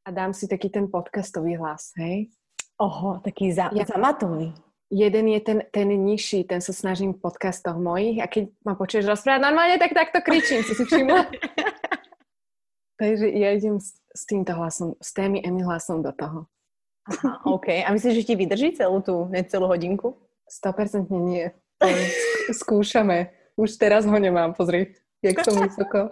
a dám si taký ten podcastový hlas, hej? Oho, taký zamatový. Jeden je ten nižší, ten sa snažím v podcastoch mojich a keď ma počuješ rozprávať normálne, tak takto kričím, si všimla? Takže ja idem s týmto hlasom, s tými Emy hlasom do toho. Aha, OK. A myslíš, že ti vydrží celú hodinku? 100% nie. Skúšame. Už teraz ho nemám, pozri, jak som vysoko.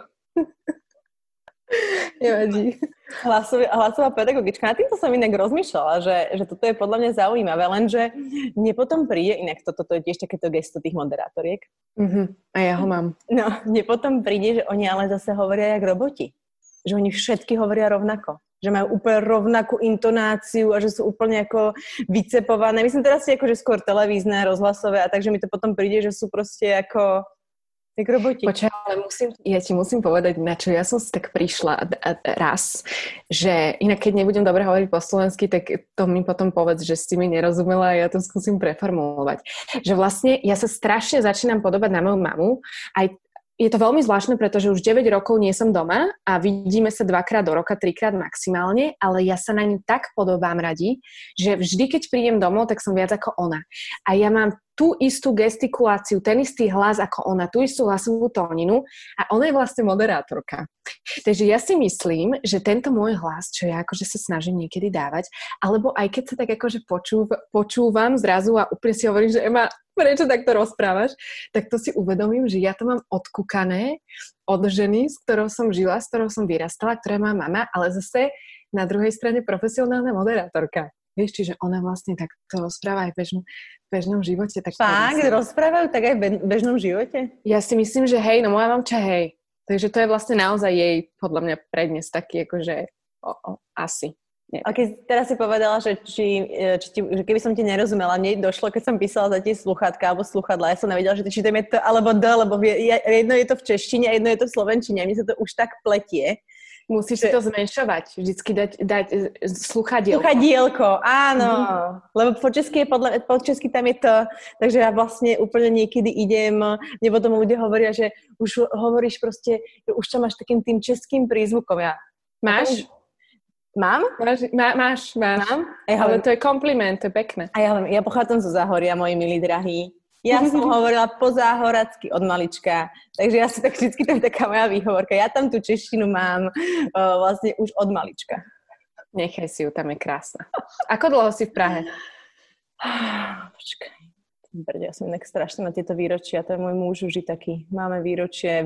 Nevadí. Hlasová pedagogička. Na týmto som inak rozmýšľala, že toto je podľa mňa zaujímavé, lenže mne potom príde, inak toto je tiež takéto gesto tých moderátoriek. A ja ho mám. No, mne potom príde, že oni ale zase hovoria jak roboti. Že oni všetky hovoria rovnako. Že majú úplne rovnakú intonáciu a že sú úplne ako vycepované. Myslím teraz si ako, že skôr televízne, rozhlasové a takže mi to potom príde, že sú proste ako tak roboti. Počkaj, ale ja ti musím povedať, na čo ja som si tak prišla raz, že inak keď nebudem dobre hovoriť po slovensky, tak to mi potom povedz, že si mi nerozumela a ja to skúsim preformulovať. Že vlastne ja sa strašne začínam podobať na moju mamu, aj je to veľmi zvláštne, pretože už 9 rokov nie som doma a vidíme sa 2-krát do roka, 3-krát maximálne, ale ja sa na ňu tak podobám radi, že vždy, keď prídem domov, tak som viac ako ona. A ja mám tú istú gestikuláciu, ten istý hlas ako ona, tú istú hlasovú tóninu a ona je vlastne moderátorka. Takže ja si myslím, že tento môj hlas, čo ja akože sa snažím niekedy dávať, alebo aj keď sa tak akože počúvam zrazu a úplne si hovorím, že Ema, prečo takto rozprávaš, tak to si uvedomím, že ja to mám odkúkané od ženy, s ktorou som žila, s ktorou som vyrastala, ktorá má mama, ale zase na druhej strane profesionálna moderátorka. Vieš, čiže ona vlastne takto rozpráva aj v bežnom živote. Tak fakt? Rozprávajú tak aj v bežnom živote? Ja si myslím, že hej, no moja mamča hej. Takže to je vlastne naozaj jej, podľa mňa, prednes taký, akože asi. Neviem. A keď teraz si povedala, že keby som ti nerozumela, mne došlo, keď som písala za tie sluchátka alebo sluchadla, ja som nevedela, že či to je T alebo D, lebo jedno je to v češtine a jedno je to v slovenčine. A mne sa to už tak pletie. Musíš si to zmenšovať. Vždycky dať sluchadielko. Sluchadielko, áno. Lebo po česky tam je to. Takže ja vlastne úplne niekedy idem, mne potom ľudia hovoria, že už hovoríš proste, už čo máš takým tým českým prízvukom. Máš? Mám? Máš. Mám? Ale to je kompliment, to je pekné. A ja pochádzam zo Záhoria, moji milí drahí. Ja som hovorila po záhoracky od malička, takže ja si tak vždycky tam taká moja výhovorka. Ja tam tú češtinu mám vlastne už od malička. Nechaj si ju, tam je krásna. Ako dlho si v Prahe? Počkaj. Ja som inak strašne na tieto výročia, to je môj muž už taký. Máme výročia.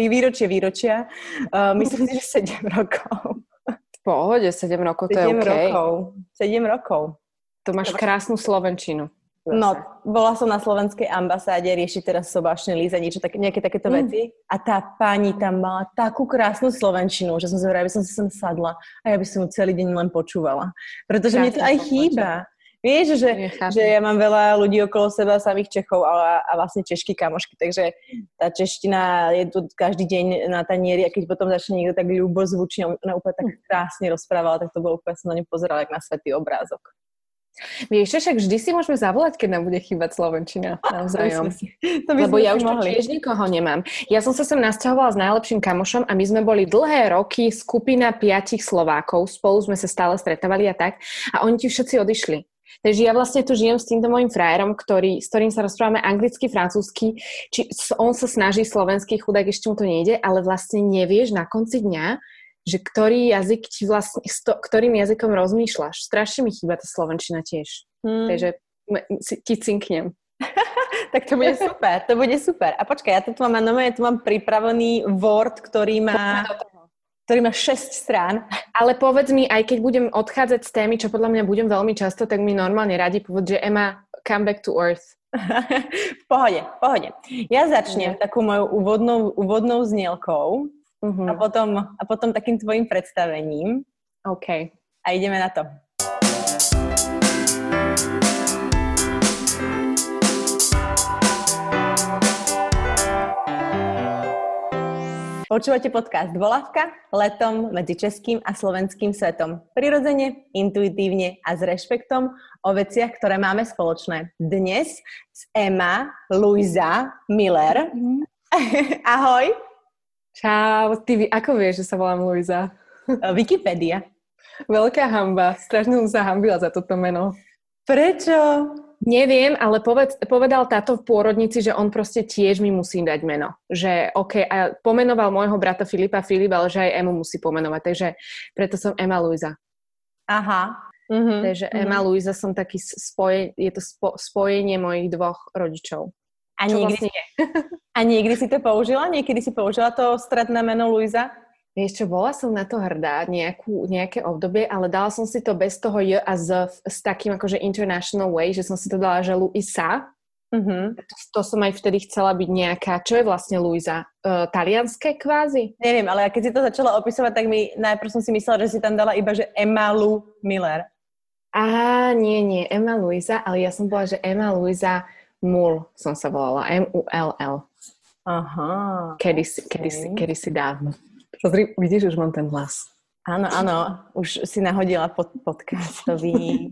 Myslím si, že 7 rokov. V pohode, 7 rokov, to je OK. 7 rokov. To máš krásnu slovenčinu. No, bola som na slovenskej ambasáde riešiť teraz sobášne líza, nejaké takéto veci. A tá pani tam mala takú krásnu slovenčinu, že som zvedala, aby som si sem sadla a ja by som ju celý deň len počúvala. Pretože mne to aj chýba. Vieš, že ja mám veľa ľudí okolo seba, samých Čechov a vlastne Češky kamošky, takže tá čeština je tu každý deň na tanieri a keď potom začne niekto tak ľubozvučne, ona úplne tak krásne rozprávala, tak to bolo úplne, som na ňu pozerala jak na svätý obrázok. Vieš, však vždy si môžeme zavolať, keď nám bude chýbať slovenčina. Navzájom. Lebo ja už tiež nikoho nemám. Ja som sa sem nasťahovala s najlepším kamošom a my sme boli dlhé roky skupina 5 Slovákov. Spolu sme sa stále stretávali a tak. A oni ti všetci odišli. Takže ja vlastne tu žijem s týmto mojím frajerom, s ktorým sa rozprávame anglicky, francúzsky. Či on sa snaží slovenský, chudák, ešte mu to nejde, ale vlastne nevieš na konci dňa, že ktorý jazyk ti vlastne, ktorým jazykom rozmýšľaš. Strašne mi chýba tá slovenčina tiež. Takže ti cinknem. Tak to bude super. A počkaj, ja tu mám pripravený Word, ktorý má 6 strán. Ale povedz mi, aj keď budem odchádzať z témy, čo podľa mňa budem veľmi často, tak mi normálne radi povedz, že Emma, come back to earth. V pohode. Ja začnem takou mojou úvodnou znielkou. A potom takým tvojim predstavením. OK. A ideme na to. Počúvate podcast Dvolávka letom medzi českým a slovenským svetom. Prirodzene, intuitívne a s rešpektom o veciach, ktoré máme spoločné. Dnes s Emma Luisa Miller. Ahoj. Čau, ty ako vieš, že sa volám Luisa? Wikipédia. Veľká hanba. Strašne som sa hanbila za toto meno. Prečo? Neviem, ale povedal táto v pôrodnici, že on proste tiež mi musí dať meno. Že OK, a pomenoval môjho brata Filipa Filip, ale že aj Emu musí pomenovať. Takže preto som Emma Luisa. Aha. Takže Emma Luisa som taký je to spojenie mojich dvoch rodičov. A niekdy si to použila? Niekedy si použila to stredné meno Luisa? Vieš čo, bola som na to hrdá nejaké obdobie, ale dala som si to bez toho J a Z s takým akože international way, že som si to dala, že Luisa. To som aj vtedy chcela byť nejaká, čo je vlastne Luisa? Talianské kvázi? Neviem, ale keď si to začala opisovať, tak najprv som si myslela, že si tam dala iba, že Emma Lou Miller. Nie, Emma Luisa, ale ja som bola, že Emma Luisa Mull som sa volala, Mull. Aha. Kedysi dávno. Pozri, vidíš, už mám ten hlas. Áno, už si nahodila podcastový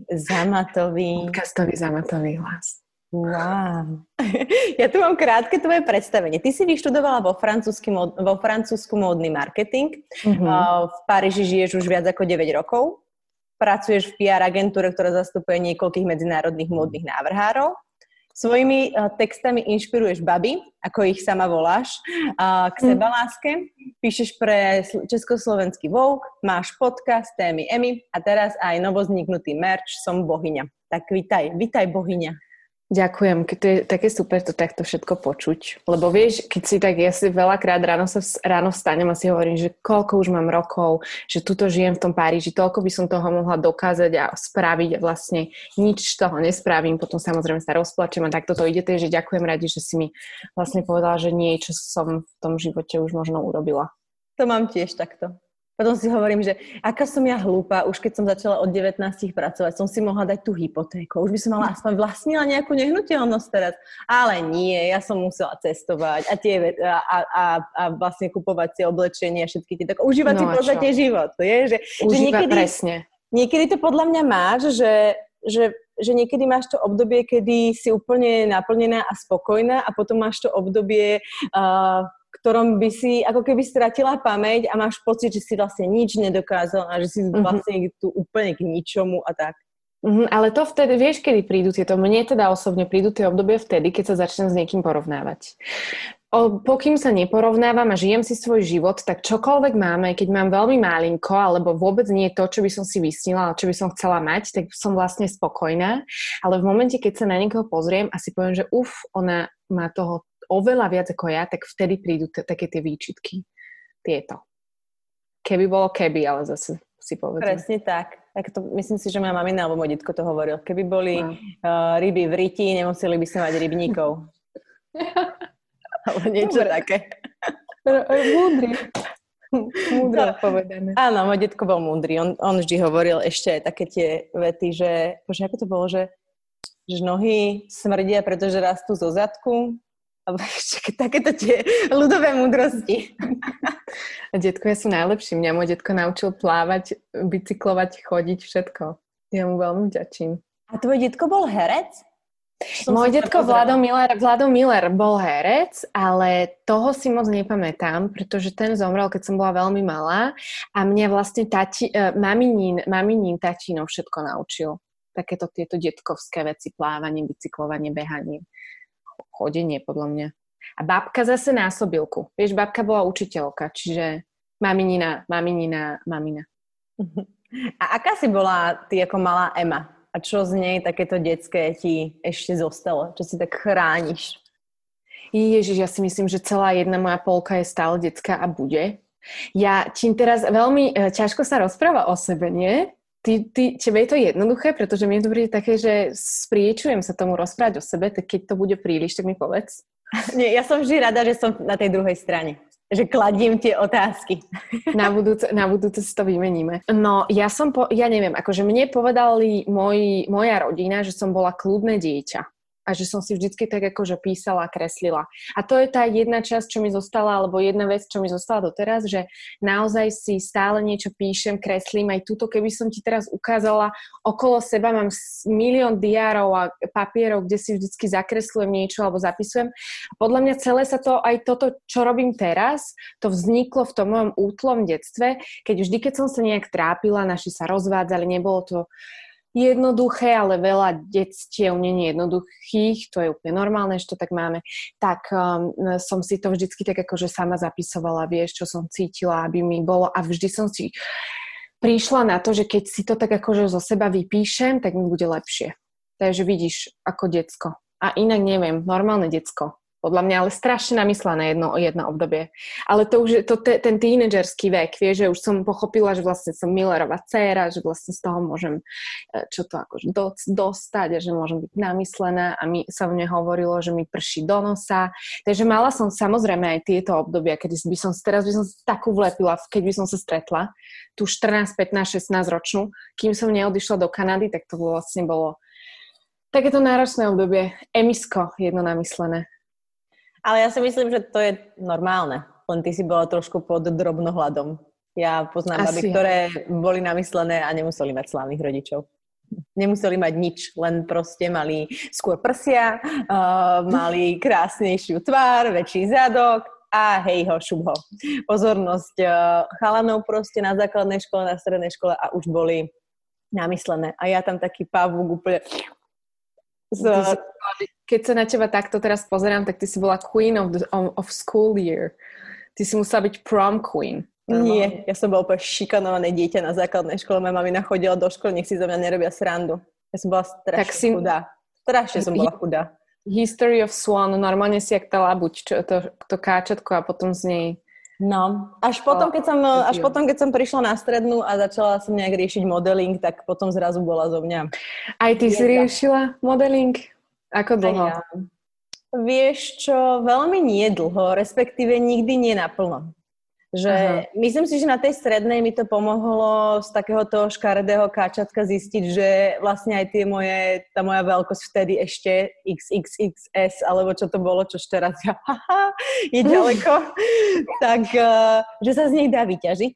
zamatový hlas. Wow. Ja tu mám krátke tvoje predstavenie. Ty si vyštudovala vo Francúzsku módny marketing. V Paríži žiješ už viac ako 9 rokov. Pracuješ v PR agentúre, ktorá zastupuje niekoľkých medzinárodných módnych návrhárov. Svojimi textami inšpiruješ baby, ako ich sama voláš, k sebaláske. Píšeš pre československý Vogue, máš podcast témy Emmy a teraz aj novozniknutý merch Som bohyňa. Tak vitaj bohyňa. Ďakujem, to je také super to takto všetko počuť. Lebo vieš, keď si tak, ja si veľakrát ráno vstanem a si hovorím, že koľko už mám rokov, že tuto žijem v tom Paríži, toľko by som toho mohla dokázať a spraviť a vlastne nič z toho nespravím, potom samozrejme sa rozplačem a takto to ide, takže ďakujem radi, že si mi vlastne povedala, že niečo som v tom živote už možno urobila. To mám tiež takto. Potom si hovorím, že aká som ja hlúpa, už keď som začala od 19 pracovať, som si mohla dať tú hypotéku. Už by som mala aspoň vlastnila nejakú nehnuteľnosť teraz. Ale nie, ja som musela cestovať a vlastne kupovať si oblečenie a všetky tie tak užívať si v podstate život. Je, presne. Niekedy to podľa mňa máš, že niekedy máš to obdobie, kedy si úplne naplnená a spokojná a potom máš to obdobie, ktorom by si ako keby stratila pamäť a máš pocit, že si vlastne nič nedokázala a že si vlastne tu úplne k ničomu a tak. Ale to vtedy, vieš, kedy prídu mne teda osobne prídu tie obdobie vtedy, keď sa začnem s niekým porovnávať. Pokým sa neporovnávam a žijem si svoj život, tak čokoľvek máme, keď mám veľmi malinko, alebo vôbec nie to, čo by som si vysnila, čo by som chcela mať, tak som vlastne spokojná. Ale v momente, keď sa na niekoho pozriem a si poviem, že ona má toho oveľa viac ako ja, tak vtedy prídu také tie výčitky. Tieto. Keby bolo keby, ale zase si povedzme. Presne tak. Tak to, myslím si, že moja mamina alebo môj detko to hovoril. Keby boli ryby v ryti, nemuseli by sme mať rybníkov. Alebo niečo také. Múdry. Múdro povedané. Áno, môj detko bol múdry. On vždy hovoril ešte aj také tie vety, že ako to bolo, že nohy smrdia, pretože rastú zo zadku. Alebo ešte takéto tie ľudové múdrosti. A detkovia sú najlepší. Mňa môj detko naučil plávať, bicyklovať, chodiť, všetko. Ja mu veľmi vďačím. A tvoj detko bol herec? Môj detko Vlado Miller bol herec, ale toho si moc nepamätám, pretože ten zomrel, keď som bola veľmi malá a mňa vlastne maminin tatino všetko naučil. Takéto tieto detkovské veci, plávanie, bicyklovanie, behanie. Chodenie, podľa mňa. A babka zase násobilku. Vieš, babka bola učiteľka, čiže mamina. A aká si bola ty ako malá Emma? A čo z nej takéto detské ti ešte zostalo? Čo si tak chrániš? Ježiš, ja si myslím, že celá jedna moja polka je stále detská a bude. Ja ti teraz veľmi ťažko sa rozpráva o sebe, nie? Tebe je to jednoduché, pretože mi to príde také, že spriečujem sa tomu rozprávať o sebe, tak keď to bude príliš, tak mi povedz. Nie, ja som vždy rada, že som na tej druhej strane. Že kladím tie otázky. Na budúce si to vymeníme. No, ja neviem, akože mne povedali moja rodina, že som bola kľudné dieťa. a že som si vždycky tak akože písala a kreslila. A to je tá jedna časť, čo mi zostala, alebo jedna vec, čo mi zostala doteraz, že naozaj si stále niečo píšem, kreslím. Aj tuto, keby som ti teraz ukázala, okolo seba mám milión diárov a papierov, kde si vždycky zakreslujem niečo alebo zapisujem. A podľa mňa celé sa to, aj toto, čo robím teraz, to vzniklo v tom mojom útlom detstve, keď som sa nejak trápila, naši sa rozvádzali, nebolo to jednoduché, ale veľa detstiev nie je jednoduchých, to je úplne normálne, že to tak máme, tak som si to vždycky tak akože sama zapisovala, vieš, čo som cítila, aby mi bolo a vždy som si prišla na to, že keď si to tak akože zo seba vypíšem, tak mi bude lepšie. Takže vidíš, ako decko. A inak neviem, normálne decko. Podľa mňa, ale strašne namyslené jedno obdobie. Ale to už je ten tínedžerský vek, vieš, že už som pochopila, že vlastne som Millerová dcéra, že vlastne z toho môžem čo to akože dostať a že môžem byť namyslená a sa mne hovorilo, že mi prší do nosa. Takže mala som samozrejme aj tieto obdobia, keď teraz by som takú vlepila, keď by som sa stretla, tú 14, 15, 16 ročnú, kým som neodišla do Kanady, tak to vlastne bolo takéto náročné obdobie. Emisko jedno namyslené. Ale ja si myslím, že to je normálne. Len ty si bola trošku pod drobnohľadom. Ja poznám baby, ktoré boli namyslené a nemuseli mať slávnych rodičov. Nemuseli mať nič, len proste mali skôr prsia, mali krásnejšiu tvár, väčší zadok a hejho, šubho. Pozornosť chalanov proste na základnej škole, na strednej škole a už boli namyslené. A ja tam taký pavúk úplne... Keď sa na teba takto teraz pozerám, tak ty si bola queen of school year. Ty si musela byť prom queen. Nie, ja som bola úplne šikanované dieťa na základnej škole. Moja mamina chodila do školy, nech si zo mňa nerobia srandu. Ja som bola strašne chudá. Strašne som bola chudá. History of Swan, normálne si jak tá labuť, to káčatko a potom z nej... No, až potom, keď som prišla na strednú a začala som nejak riešiť modeling, tak potom zrazu bola zo mňa. Aj ty si riešila modeling? Ako dlho? Ja. Vieš čo, veľmi nie dlho, respektíve nikdy nie naplno. Že myslím si, že na tej strednej mi to pomohlo z takéhoto škaredého káčatka zistiť, že vlastne aj tá moja veľkosť vtedy ešte XXXS, alebo čo to bolo, čo teraz je ďaleko, tak že sa z nej dá vyťažiť.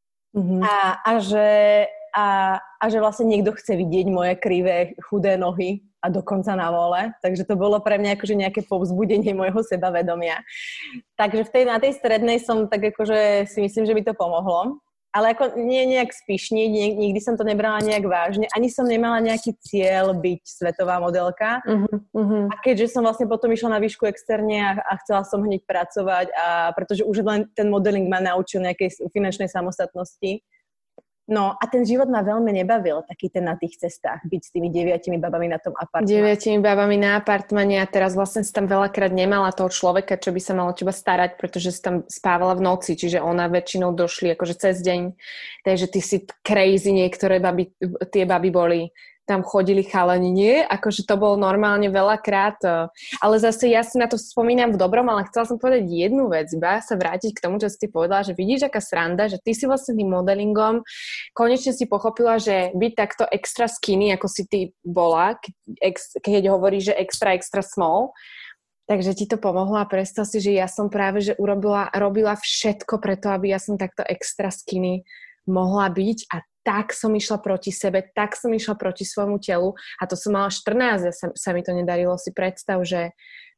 A že vlastne niekto chce vidieť moje krivé, chudé nohy a dokonca na vole. Takže to bolo pre mňa akože nejaké povzbudenie môjho sebavedomia. Takže na tej strednej som tak akože si myslím, že by to pomohlo. Ale ako nie nejak spíšniť, nikdy som to nebrala nejak vážne. Ani som nemala nejaký cieľ byť svetová modelka. A keďže som vlastne potom išla na výšku externe a chcela som hneď pracovať, pretože už len ten modeling ma naučil nejakej finančnej samostatnosti. No a ten život ma veľmi nebavil, taký ten na tých cestách, byť s tými 9 babami na tom apartmáne. 9 babami na apartmáne a teraz vlastne si tam veľakrát nemala toho človeka, čo by sa malo teba starať, pretože si tam spávala v noci, čiže ona väčšinou došli akože cez deň. Takže ty si crazy, niektoré tie baby boli, tam chodili chalani, nie? Akože to bolo normálne veľakrát. Ale zase ja si na to spomínam v dobrom, ale chcela som povedať jednu vec, iba sa vrátiť k tomu, čo si ty povedala, že vidíš, aká sranda, že ty si vlastne tým modelingom konečne si pochopila, že byť takto extra skinny, ako si ty bola, keď hovoríš, že extra small, takže ti to pomohlo a predstav si, že ja som práve, že robila všetko preto, aby ja som takto extra skinny mohla byť a tak som išla proti sebe, tak som išla proti svojmu telu a to som mala 14 a sa mi to nedarilo. Si predstav, že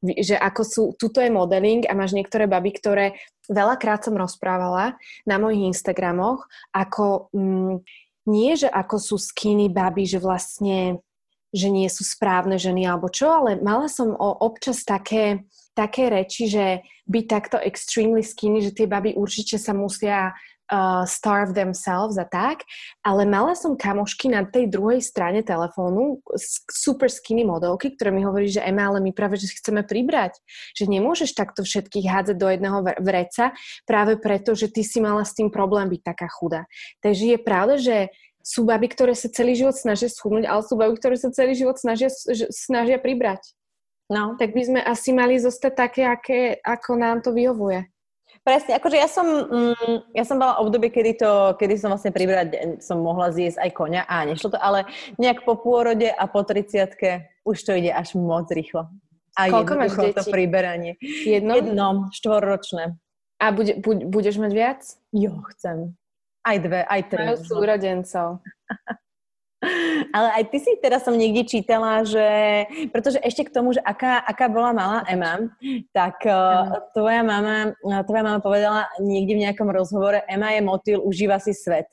ako tuto je modeling a máš niektoré baby, ktoré veľakrát som rozprávala na mojich Instagramoch, ako nie, že ako sú skinny baby, že vlastne že nie sú správne ženy alebo čo, ale mala som občas také reči, že byť takto extremely skinny, že tie baby určite sa musia starve themselves a tak, ale mala som kamošky na tej druhej strane telefónu, super skinny modelky, ktoré mi hovorí, že Ema, ale my práve, že chceme pribrať, že nemôžeš takto všetkých hádzať do jedného vreca, práve preto, že ty si mala s tým problém byť taká chudá. Takže je pravda, že sú baby, ktoré sa celý život snažia schudnúť, ale sú baby, ktoré sa celý život snažia pribrať. No, tak by sme asi mali zostať také, ako nám to vyhovuje. Presne, akože ja som mala obdobie, kedy som vlastne pribrať, som mohla zjesť aj koňa a nešlo to, ale nejak po pôrode a po 30-ke už to ide až moc rýchlo. A koľko máš jednoducho to detí? priberanie. Jedno, 4-ročné. A budeš mať viac? Jo, chcem. Aj 2, aj 3. Majú súrodencov. Ale aj ty si teraz som niekde čítala, že pretože ešte k tomu, že aká bola malá Emma, tak tvoja mama povedala niekde v nejakom rozhovore, Emma je motýl, užíva si svet.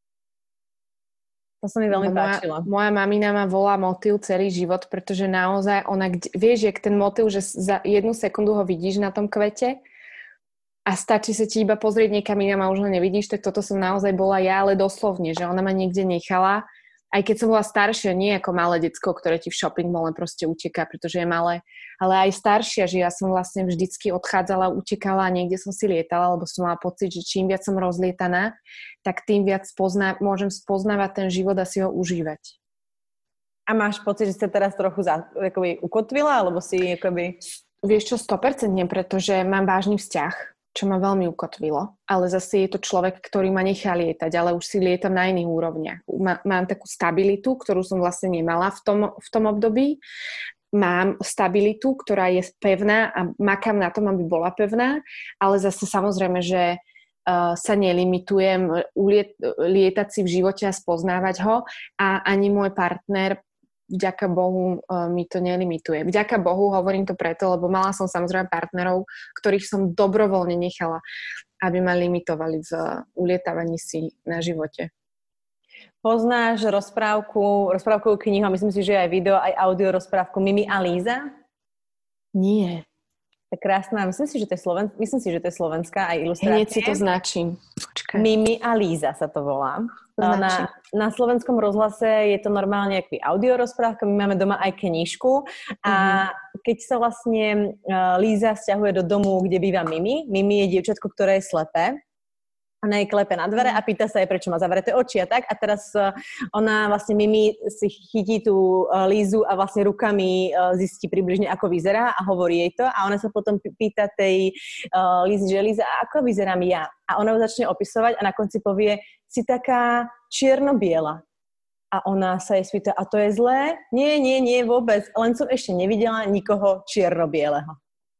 To sa mi veľmi páčilo. Moja mamina ma volá motýl celý život, pretože naozaj vieš, jak ten motýl, že za 1 sekundu ho vidíš na tom kvete a stačí sa ti iba pozrieť niekam inám a už ho nevidíš, tak toto som naozaj bola ja, ale doslovne, že ona ma niekde nechala. Aj keď som bola staršia, nie ako malé decko, ktoré ti v shopping mole proste uteká, pretože je malé, ale aj staršia, že ja som vlastne vždycky odchádzala, utekala a niekde som si lietala, lebo som mala pocit, že čím viac som rozlietaná, tak tým viac môžem spoznávať ten život a si ho užívať. A máš pocit, že sa teraz trochu ukotvila, alebo si akoby... Vieš čo, 100%, pretože mám vážny vzťah, čo ma veľmi ukotvilo, ale zase je to človek, ktorý ma nechá lietať, ale už si lietam na iných úrovniach. Mám takú stabilitu, ktorú som vlastne nemala v tom období. Mám stabilitu, ktorá je pevná a makám na tom, aby bola pevná, ale zase samozrejme, že sa nelimitujem lietať si v živote a spoznávať ho a ani môj partner vďaka Bohu mi to nelimituje. Vďaka Bohu hovorím to preto, lebo mala som samozrejme partnerov, ktorých som dobrovoľne nechala, aby ma limitovali v ulietávaní si na živote. Poznáš rozprávkovú knihu, myslím si, že aj video, aj audio rozprávku Mimi a Líza? Nie. Tak krásna, myslím si, že to je slovenská aj ilustrácia. Hneď si to značím. Počkaj. Mimi a Líza sa to volá. Na slovenskom rozhlase je to normálne aký audio rozprávka, my máme doma aj knižku a keď sa vlastne Líza sťahuje do domu, kde býva Mimi je dievčatko, ktoré je slepé. Ona jej klepe na dvere a pýta sa jej, prečo má zavreté oči a tak. A teraz ona vlastne Mimi si chytí tú Lízu a vlastne rukami zistí približne, ako vyzerá a hovorí jej to. A ona sa potom pýta tej Lízy, že Líza, ako vyzerám ja? A ona ho začne opisovať a na konci povie, si taká čierno-biela. A ona sa jej spýta, a to je zlé? Nie, vôbec. Len som ešte nevidela nikoho čierno-bieleho.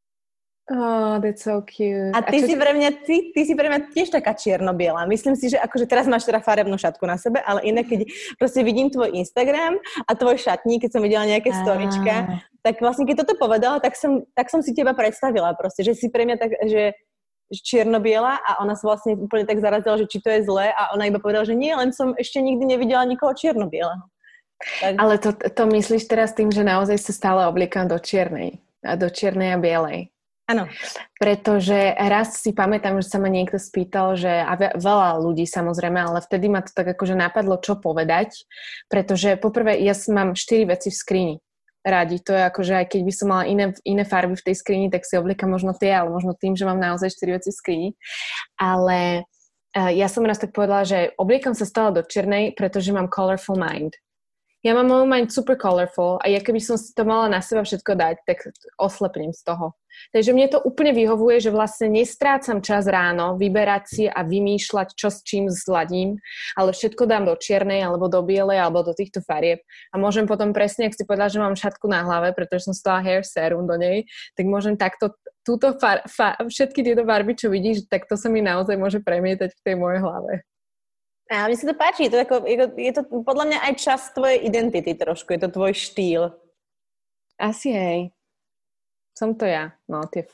Oh, that's so cute. A ty si pre mňa tiež taká čierno-biela. Myslím si, že akože teraz máš teda farebnú šatku na sebe, ale inak, keď proste vidím tvoj Instagram a tvoj šatník, keď som videla nejaké storička, tak vlastne keď toto povedala, tak som si teba predstavila proste, že si pre mňa tak, že čierno-biela a ona sa vlastne úplne tak zarazila, že či to je zlé a ona iba povedala, že nie, len som ešte nikdy nevidela nikoho čierno-bieleho. Tak... Ale to myslíš teraz tým, že naozaj sa stále obliekam do čiernej a bielej. Áno. Pretože raz si pamätám, že sa ma niekto spýtal, že a veľa ľudí samozrejme, ale vtedy ma to tak akože napadlo, čo povedať, pretože poprvé ja mám 4 veci v skrini radi, to je akože aj keď by som mala iné farby v tej skrini, tak si obliekam možno tie, ale možno tým, že mám naozaj 4 veci v skrini, ale ja som raz tak povedala, že obliekam sa stále do čiernej, pretože mám colorful mind. Ja mám môj mind super colorful a ja keby som si to mala na seba všetko dať, tak oslepnem z toho. Takže mne to úplne vyhovuje, že vlastne nestrácam čas ráno vyberať si a vymýšľať, čo s čím zladím, ale všetko dám do čiernej, alebo do bielej, alebo do týchto farieb. A môžem potom presne, ak si povedala, že mám šatku na hlave, pretože som stala hair serum do nej, tak môžem takto všetky tieto farby, čo vidíš, tak to sa mi naozaj môže premietať v tej mojej hlave. A mne sa to páči, je to podľa mňa aj časť tvojej identity trošku, je to tvoj štýl. Asi hej. Som to ja. No, tie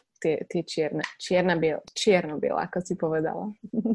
čierno-biela, ako si povedala.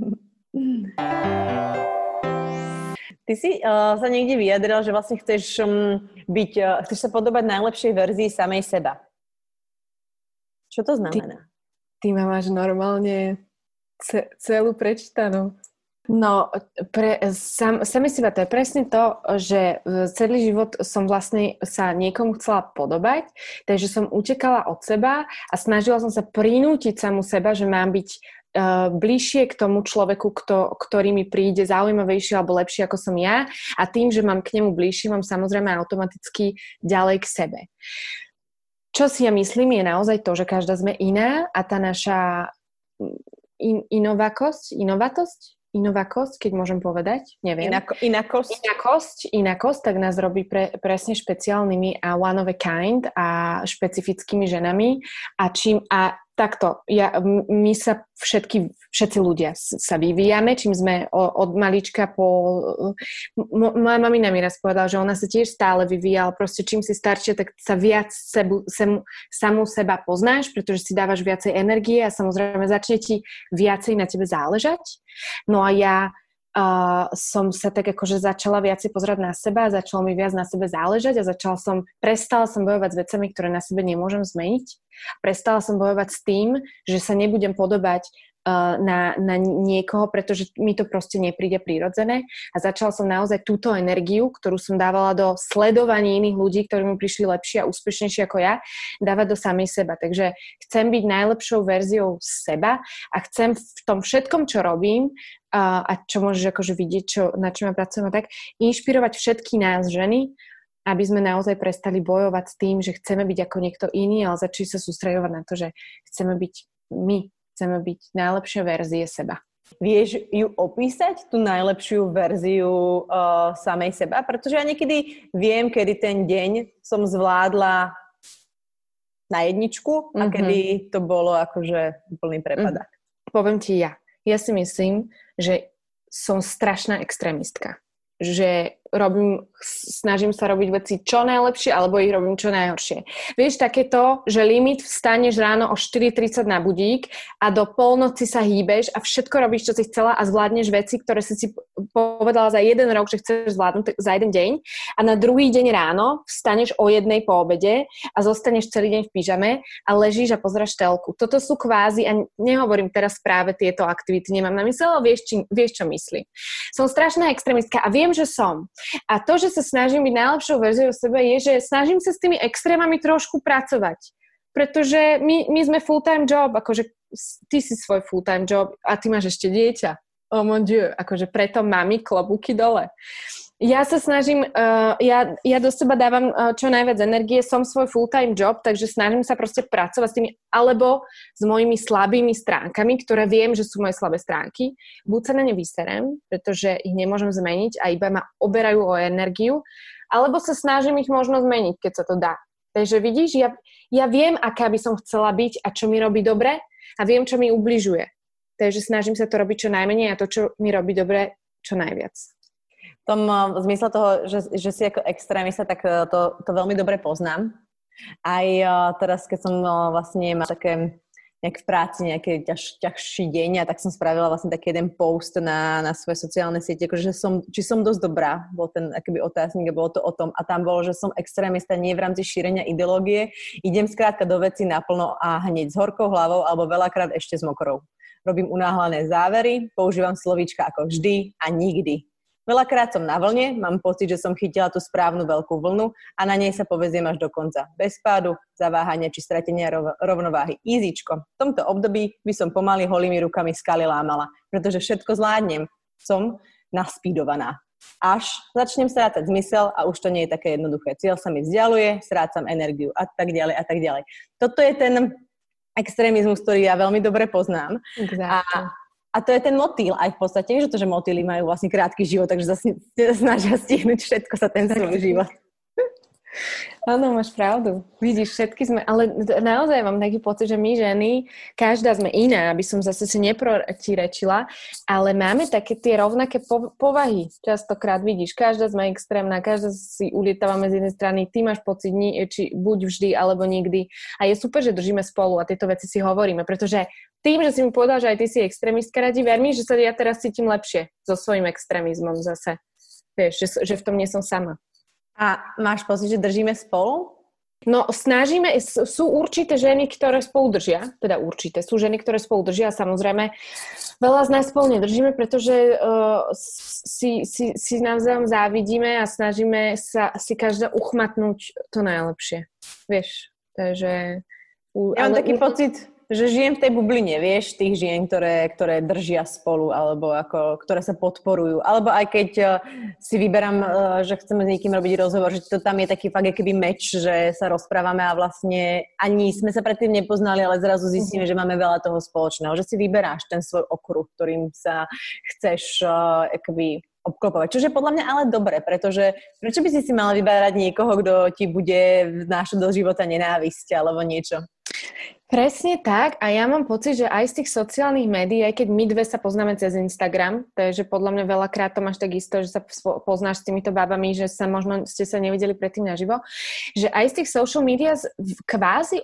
Ty si sa niekde vyjadrila, že vlastne chceš sa podobať najlepšej verzii samej seba. Čo to znamená? Ty ma máš normálne celú prečítanú. No, sami seba, to je presne to, že celý život som vlastne sa niekomu chcela podobať, takže som utekala od seba a snažila som sa prinútiť samu seba, že mám byť bližšie k tomu človeku, ktorý mi príde zaujímavejšie alebo lepšie ako som ja a tým, že mám k nemu bližšie, mám samozrejme automaticky ďalej k sebe. Čo si ja myslím je naozaj to, že každá sme iná a tá naša inovatosť inovakosť, keď môžem povedať, neviem. Inakosť, tak nás robí presne špeciálnymi a one of a kind a špecifickými ženami a takto, my sa všetci ľudia sa vyvíjame, čím sme od malička moja mamina mi raz povedala, že ona sa tiež stále vyvíjala, proste čím si staršia, tak sa viac samú seba poznáš, pretože si dávaš viacej energie a samozrejme začne ti viacej na tebe záležať. No a ja som sa tak akože začala viacej pozerať na seba, začalo mi viac na sebe záležať a prestala som bojovať s vecami, ktoré na sebe nemôžem zmeniť. Prestala som bojovať s tým, že sa nebudem podobať na niekoho, pretože mi to proste nepríde prirodzené a začala som naozaj túto energiu, ktorú som dávala do sledovania iných ľudí, ktorí mi prišli lepšie a úspešnejšie ako ja, dávať do samej seba. Takže chcem byť najlepšou verziou seba a chcem v tom všetkom, čo robím a čo môžeš akože vidieť, na čom ja pracujem a tak, inšpirovať všetky nás ženy, aby sme naozaj prestali bojovať s tým, že chceme byť ako niekto iný, ale začali sa sústreďovať na to, že chceme byť my, chceme byť najlepšia verzie seba. Vieš ju opísať, tú najlepšiu verziu samej seba? Pretože ja niekedy viem, kedy ten deň som zvládla na jedničku a kedy to bolo akože úplný prepadak. Poviem ti ja. Ja si myslím, že som strašná extrémistka. Že snažím sa robiť veci čo najlepšie, alebo ich robím čo najhoršie. Vieš, takéto, že limit vstaneš ráno o 4:30 na budík a do polnoci sa hýbeš a všetko robíš, čo si chcela a zvládneš veci, ktoré si povedala za jeden rok, že chceš zvládnuť za jeden deň a na druhý deň ráno vstaneš o 1:00 po obede a zostaneš celý deň v pyžame a ležíš a pozeráš telku. Toto sú kvázi, a nehovorím teraz práve tieto aktivity, nemám na mysle, ale vieš, čo myslím. Som strašná extrémistka a viem, že som. A to, že sa snažím byť najlepšou verziou seba, je, že snažím sa s tými extrémami trošku pracovať. Pretože my sme full-time job, akože ty si svoj full-time job a ty máš ešte dieťa. Oh mon Dieu, akože preto mami klobúky dole. Ja sa snažím, ja do seba dávam čo najviac energie, som svoj full-time job, takže snažím sa proste pracovať s tými, alebo s mojimi slabými stránkami, ktoré viem, že sú moje slabé stránky. Buď sa na ne vyserem, pretože ich nemôžem zmeniť a iba ma oberajú o energiu, alebo sa snažím ich možno zmeniť, keď sa to dá. Takže vidíš, ja viem, aká by som chcela byť a čo mi robí dobre a viem, čo mi ubližuje. Takže snažím sa to robiť čo najmenej a to, čo mi robí dobre, čo najviac. V tom zmysle toho, že si ako extrémista, tak to veľmi dobre poznám. Aj teraz, keď som vlastne mal také nejak v práci, nejaký ťažší deň, a tak som spravila vlastne taký jeden post na svoje sociálne siete, akože či som dosť dobrá, bol ten akoby otáznik a bolo to o tom. A tam bolo, že som extrémista nie v rámci šírenia ideológie, idem skrátka do veci naplno a hneď s horkou hlavou alebo veľakrát ešte s mokrou. Robím unáhlané závery, používam slovíčka ako vždy a nikdy. Veľakrát som na vlne, mám pocit, že som chytila tú správnu veľkú vlnu a na nej sa poveziem až do konca. Bez pádu, zaváhania či stratenia rovnováhy. Easyčko. V tomto období by som pomaly holými rukami skaly lámala, pretože všetko zvládnem. Som naspídovaná. Až začnem strácať zmysel a už to nie je také jednoduché. Cieľ sa mi vzdialuje, strácam energiu a tak ďalej a tak ďalej. Toto je ten extrémizmus, ktorý ja veľmi dobre poznám. Exactly. A to je ten motýl aj v podstate, že to, že motýly majú vlastne krátky život, takže zase snažia stihnúť všetko sa ten svoj život. Áno, máš pravdu. Vidíš, všetky sme, ale naozaj mám taký pocit, že my ženy, každá sme iná, aby som zase si neprotirečila, ale máme také tie rovnaké povahy. Častokrát vidíš, každá sme extrémna, každá si ulietávame z jednej strany, ty máš pocit, či buď vždy, alebo nikdy. A je super, že držíme spolu a tieto veci si hovoríme, pretože tým, že si mi povedal, že aj ty si extrémistka, radi ver mi, že sa ja teraz cítim lepšie so svojím extrémizmom zase. Vieš, že v tom nie som sama. A máš pocit, že držíme spolu? No, snažíme, sú určité ženy, ktoré spolu držia, teda určité, sú ženy, ktoré spolu držia a samozrejme veľa z nás spolu nedržíme, pretože si navzájom závidíme a snažíme sa si každá uchmatnúť to najlepšie. Vieš, takže... Ja mám taký pocit, že žijem v tej bubline, vieš, tých žien, ktoré držia spolu, alebo ako, ktoré sa podporujú. Alebo aj keď si vyberám, že chceme s niekým robiť rozhovor, že to tam je taký fakt akýby meč, že sa rozprávame a vlastne ani sme sa predtým nepoznali, ale zrazu zistíme, že máme veľa toho spoločného. Že si vyberáš ten svoj okruh, ktorým sa chceš akoby obklopovať. Čo je podľa mňa ale dobre, pretože prečo by si mala vyberať niekoho, kto ti bude vnášať do života nenávisť alebo niečo? Presne tak a ja mám pocit, že aj z tých sociálnych médií, aj keď my dve sa poznáme cez Instagram, takže podľa mňa veľakrát to máš tak isto, že sa poznáš s týmito bábami, že sa možno ste sa nevideli predtým naživo, že aj z tých social media kvázi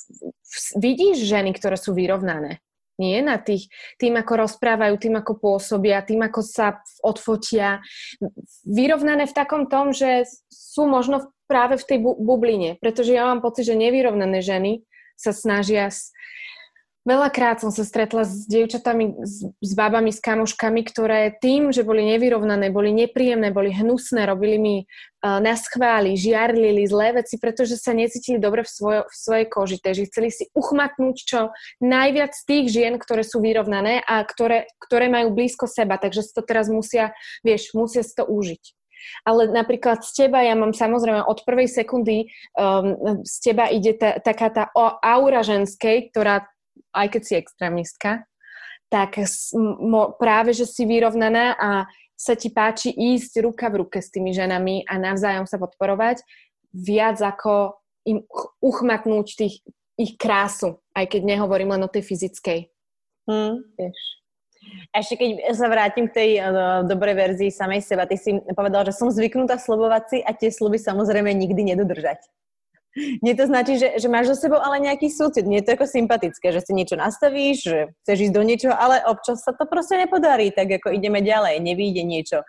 vidíš ženy, ktoré sú vyrovnané. Nie na tým, ako rozprávajú, tým, ako pôsobia, tým, ako sa odfotia. Vyrovnané v takom tom, že sú možno práve v tej bubline, pretože ja mám pocit, že nevyrovnané ženy sa snažia. Veľakrát som sa stretla s dievčatami, s bábami, s kamoškami, ktoré tým, že boli nevyrovnané, boli nepríjemné, boli hnusné, robili mi naschváli, žiarlili zlé veci, pretože sa necítili dobre v svojej koži. Takže chceli si uchmatnúť čo najviac z tých žien, ktoré sú vyrovnané a ktoré majú blízko seba. Takže si to teraz musia si to užiť. Ale napríklad z teba, ja mám samozrejme od prvej sekundy z teba ide taká tá aura ženskej, ktorá aj keď si extrémistka, tak práve, že si vyrovnaná a sa ti páči ísť ruka v ruke s tými ženami a navzájom sa podporovať, viac ako im uchmatnúť ich krásu, aj keď nehovorím len o tej fyzickej. Vieš. Ešte keď sa vrátim k tej dobrej verzii samej seba, ty si povedala, že som zvyknutá slobovať si a tie sľuby samozrejme nikdy nedodržať. Nie to značí, že máš so sebou ale nejaký súcit. Nie je to ako sympatické, že si niečo nastavíš, že chceš ísť do niečoho, ale občas sa to proste nepodarí, tak ako ideme ďalej, nevyjde niečo.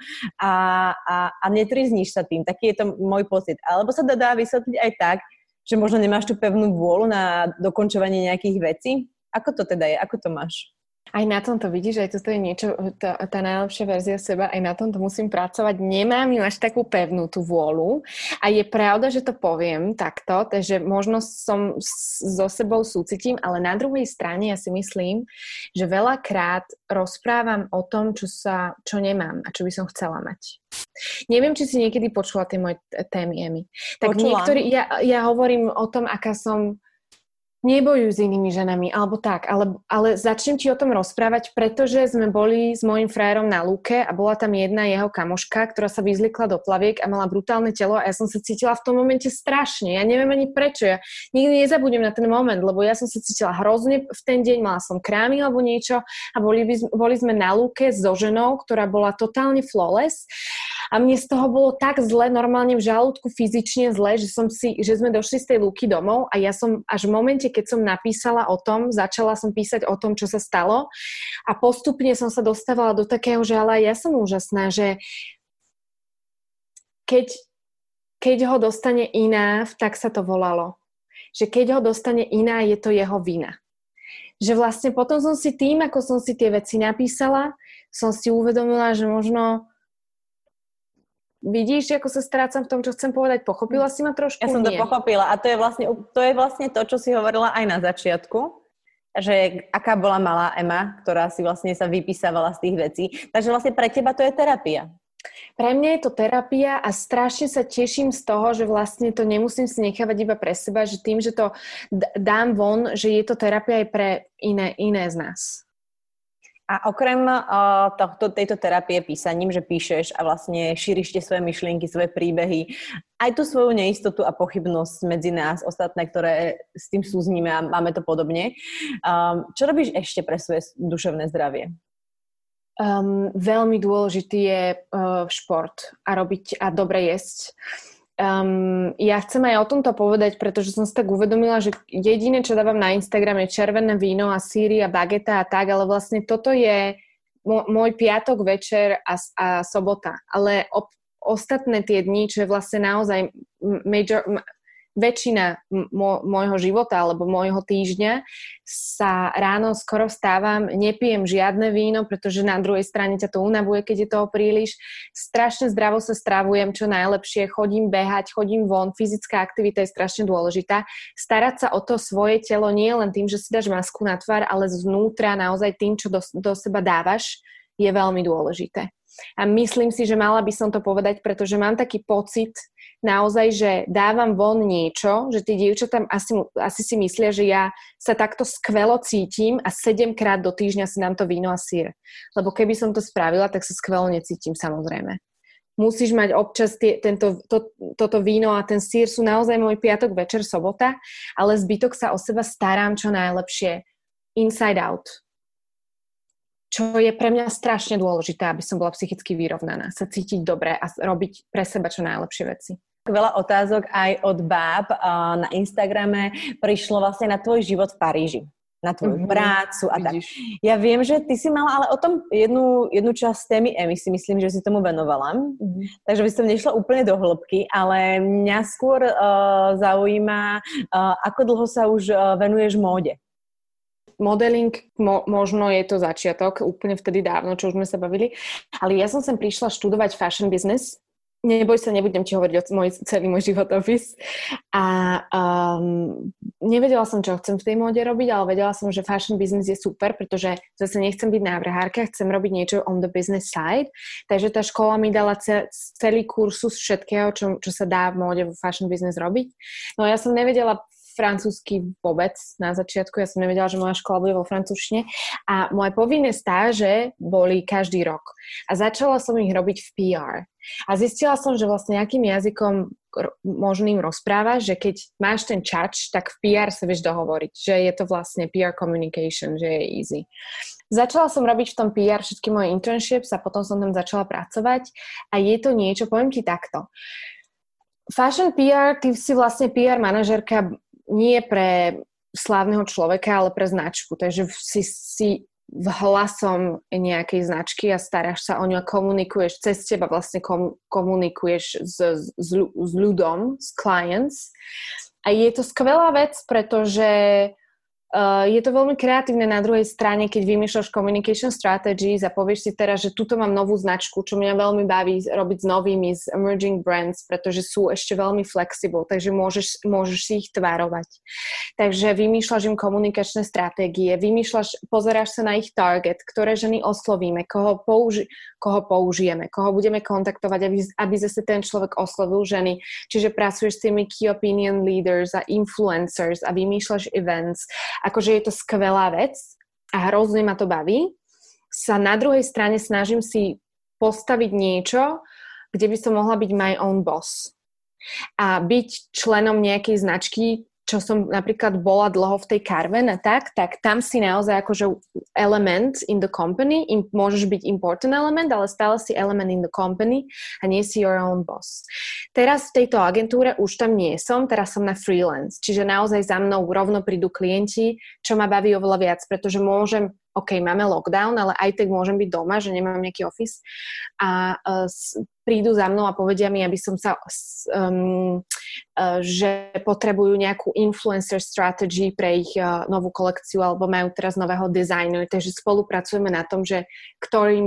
A netrizníš sa tým. Taký je to môj pocit. Alebo sa dá vysvetliť aj tak, že možno nemáš tú pevnú vôľu na dokončovanie nejakých vecí. Ako to teda je? Ako to máš? Aj na tomto vidíš, aj toto je niečo, tá najlepšia verzia seba, aj na tomto musím pracovať. Nemám ju až takú pevnú tú vôľu a je pravda, že to poviem takto, takže možno som so sebou súcitím, ale na druhej strane ja si myslím, že veľakrát rozprávam o tom, čo nemám a čo by som chcela mať. Neviem, či si niekedy počula tie moje témy, Emi. Tak niektorí, ja hovorím o tom, aká som nebojujú s inými ženami, alebo tak, ale začnem ti o tom rozprávať, pretože sme boli s mojím frajerom na lúke a bola tam jedna jeho kamoška, ktorá sa vyzlikla do plaviek a mala brutálne telo a ja som sa cítila v tom momente strašne. Ja neviem ani prečo. Ja nikdy nezabudnem na ten moment, lebo ja som sa cítila hrozne v ten deň, mala som krámy alebo niečo a boli sme na lúke so ženou, ktorá bola totálne flawless a mne z toho bolo tak zle, normálne v žalúdku fyzične zle, že sme došli z tej lúky domov a ja som až v momente, keď som napísala o tom, začala som písať o tom, čo sa stalo a postupne som sa dostávala do takého, že ale ja som úžasná, že keď ho dostane iná, tak sa to volalo. Že keď ho dostane iná, je to jeho vina. Že vlastne potom som si tým, ako som si tie veci napísala, som si uvedomila, že možno vidíš, ako sa strácam v tom, čo chcem povedať? Pochopila si ma trošku? Ja som to pochopila a to je vlastne to, čo si hovorila aj na začiatku, že aká bola malá Ema, ktorá si vlastne sa vypísavala z tých vecí. Takže vlastne pre teba to je terapia. Pre mňa je to terapia a strašne sa teším z toho, že vlastne to nemusím si nechávať iba pre seba, že tým, že to dám von, že je to terapia aj pre iné z nás. A okrem tejto terapie písaním, že píšeš a vlastne šíriš tie svoje myšlienky, svoje príbehy, aj tú svoju neistotu a pochybnosť medzi nás ostatné, ktoré s tým súzníme a máme to podobne. Čo robíš ešte pre svoje duševné zdravie? Veľmi dôležitý je šport a dobre jesť. Ja chcem aj o tomto povedať, pretože som si tak uvedomila, že jediné, čo dávam na Instagram je červené víno a síry a bageta a tak, ale vlastne toto je môj piatok večer a sobota. Ale ostatné tie dni, čo je vlastne naozaj väčšina môjho života alebo môjho týždňa sa ráno skoro vstávam, nepijem žiadne víno, pretože na druhej strane ťa to unavuje, keď je toho príliš. Strašne zdravo sa stravujem, čo najlepšie, chodím behať, chodím von, fyzická aktivita je strašne dôležitá. Starať sa o to svoje telo nie len tým, že si dáš masku na tvár, ale zvnútra naozaj tým, čo do seba dávaš, je veľmi dôležité. A myslím si, že mala by som to povedať, pretože mám taký pocit naozaj, že dávam von niečo, že tí dievčatá asi si myslia, že ja sa takto skvelo cítim a 7-krát do týždňa si dám to víno a syr. Lebo keby som to spravila, tak sa skvelo necítim, samozrejme. Musíš mať občas toto víno a ten syr sú naozaj môj piatok, večer, sobota, ale zbytok sa o seba starám čo najlepšie inside out. Čo je pre mňa strašne dôležité, aby som bola psychicky vyrovnaná, sa cítiť dobre a robiť pre seba čo najlepšie veci. Veľa otázok aj od báb na Instagrame prišlo vlastne na tvoj život v Paríži, na tvoju prácu a tak. Ja viem, že ty si mala ale o tom jednu časť témy Emmy, si myslím, že si tomu venovala. Takže by som nešla úplne do hĺbky, ale mňa skôr zaujíma, ako dlho sa už venuješ móde. Modeling, možno je to začiatok, úplne vtedy dávno, čo už sme sa bavili, ale ja som sem prišla študovať fashion business. Neboj sa, nebudem ti hovoriť o celý môj životopis. A nevedela som, čo chcem v tej móde robiť, ale vedela som, že fashion business je super, pretože zase nechcem byť návrhárka, chcem robiť niečo on the business side. Takže tá škola mi dala celý kursus všetkého, čo sa dá v móde vo fashion business robiť. No ja som nevedela francúzsky vôbec na začiatku. Ja som nevedela, že moja škola bude vo francúzštine. A moje povinné stáže boli každý rok. A začala som ich robiť v PR. A zistila som, že vlastne akým jazykom možným rozprávaš, že keď máš ten čač, tak v PR sa vieš dohovoriť. Že je to vlastne PR communication, že je easy. Začala som robiť v tom PR všetky moje internships a potom som tam začala pracovať. A je to niečo, poviem ti takto. Fashion PR, ty si vlastne PR manažérka nie pre slávneho človeka, ale pre značku. Takže si hlasom nejakej značky a staráš sa o ňu a komunikuješ cez teba, vlastne komunikuješ s ľudom, s clients. A je to skvelá vec, pretože je to veľmi kreatívne na druhej strane, keď vymýšľaš communication strategies a povieš si teraz, že tuto mám novú značku, čo mňa veľmi baví robiť s novými, s emerging brands, pretože sú ešte veľmi flexible, takže môžeš si ich tvárovať. Takže vymýšľaš im komunikačné stratégie, pozeráš sa na ich target, ktoré ženy oslovíme, koho použijeme, koho budeme kontaktovať, aby zase ten človek oslovil ženy. Čiže pracuješ s tými key opinion leaders a influencers a vymýšľaš events. Akože je to skvelá vec a hrozne ma to baví. Sa na druhej strane snažím si postaviť niečo, kde by som mohla byť my own boss. A byť členom nejakej značky, čo som napríklad bola dlho v tej Carven a tak tam si naozaj akože element in the company, môžeš byť important element, ale stále si element in the company a nie si your own boss. Teraz v tejto agentúre už tam nie som, teraz som na freelance, čiže naozaj za mnou rovno prídu klienti, čo ma baví oveľa viac, pretože môžem, máme lockdown, ale aj tak môžem byť doma, že nemám nejaký office a prídu za mnou a povedia mi, aby som sa že potrebujú nejakú influencer strategy pre ich novú kolekciu alebo majú teraz nového designu, takže spolupracujeme na tom, že ktorý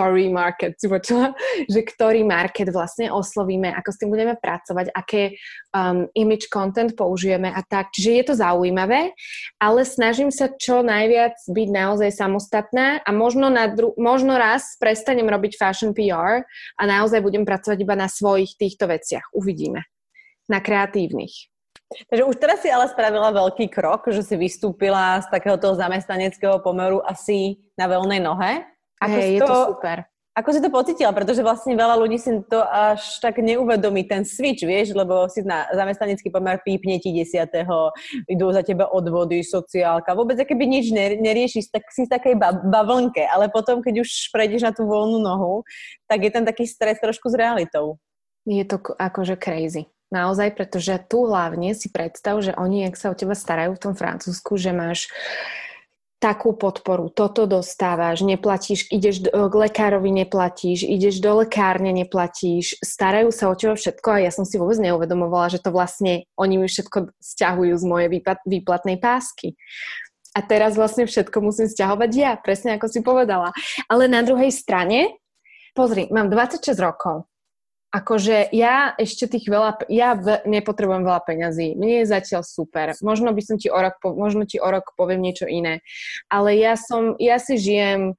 market vlastne oslovíme, ako s tým budeme pracovať, aké image content použijeme a tak. Čiže je to zaujímavé, ale snažím sa čo najviac byť naozaj samostatná a možno raz prestanem robiť fashion PR a naozaj budem pracovať iba na svojich týchto veciach. Uvidíme. Na kreatívnych. Takže už teraz si ale spravila veľký krok, že si vystúpila z takéhoto zamestnaneckého pomeru asi na voľnej nohe. Je to super. Ako si to pocítila? Pretože vlastne veľa ľudí si to až tak neuvedomí, ten switch, vieš, lebo si na zamestnanecký pomer pípne ti 10. idú za teba odvody, sociálka, vôbec akoby nič neriešiš, tak si v takej bavlnke, ale potom, keď už prejdeš na tú voľnú nohu, tak je ten taký stres trošku s realitou. Je to akože crazy. Naozaj, pretože tu hlavne si predstav, že oni, jak sa o teba starajú v tom Francúzsku, že máš takú podporu, toto dostávaš, neplatíš, ideš k lekárovi, neplatíš, ideš do lekárne, neplatíš, starajú sa o teba všetko a ja som si vôbec neuvedomovala, že to vlastne oni mi všetko sťahujú z mojej výplatnej pásky. A teraz vlastne všetko musím sťahovať ja, presne ako si povedala. Ale na druhej strane, pozri, mám 26 rokov. Akože ja ešte nepotrebujem veľa peňazí. Mne je zatiaľ super. Možno ti o rok poviem niečo iné. Ale ja si žijem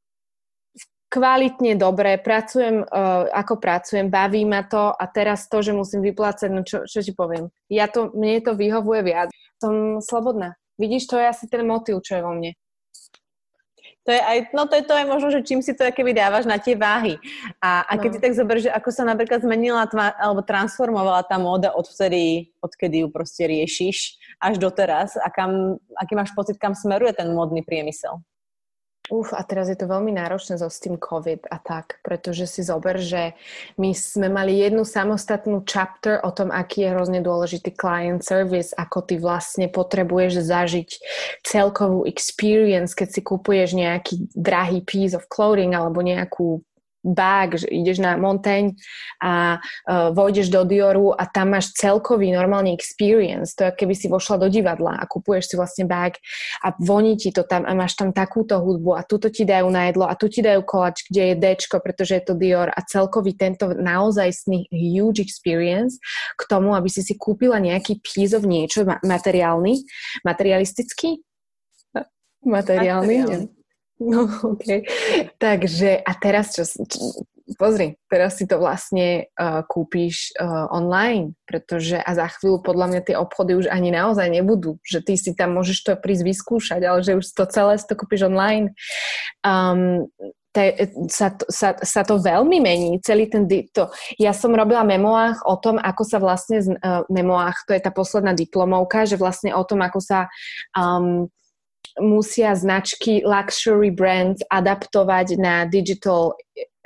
kvalitne dobre, pracujem ako pracujem, baví ma to a teraz to, že musím vyplácať, no čo ti poviem? Mne to vyhovuje viac. Som slobodná. Vidíš, to je asi ten motív, čo je vo mne. To je aj možno, že čím si to keby dávaš na tie váhy. A keď si tak zoberieš, že ako sa napríklad zmenila alebo transformovala tá móda odkedy ju proste riešiš až doteraz a aký máš pocit, kam smeruje ten módny priemysel? A teraz je to veľmi náročné s tým COVID a tak, pretože si zober, že my sme mali jednu samostatnú chapter o tom, aký je hrozne dôležitý client service, ako ty vlastne potrebuješ zažiť celkovú experience, keď si kupuješ nejaký drahý piece of clothing alebo nejakú bag, že ideš na Montaigne a vojdeš do Dioru a tam máš celkový normálny experience. To je, keby si vošla do divadla a kupuješ si vlastne bag a voní ti to tam a máš tam takúto hudbu a tuto ti dajú na jedlo a tu ti dajú koláč, kde je Dčko, pretože je to Dior a celkový tento naozajstný huge experience k tomu, aby si kúpila nejaký piece of niečo materialistický? Materiálny. No, OK. Takže, a teraz pozri, teraz si to vlastne kúpiš online, pretože a za chvíľu podľa mňa tie obchody už ani naozaj nebudú, že ty si tam môžeš to prísť vyskúšať, ale že už to celé si to kúpiš online. Sa to veľmi mení, celý ja som robila memoách o tom, ako sa vlastne memoách, to je tá posledná diplomovka, že vlastne o tom, ako sa musia značky luxury brands adaptovať na digital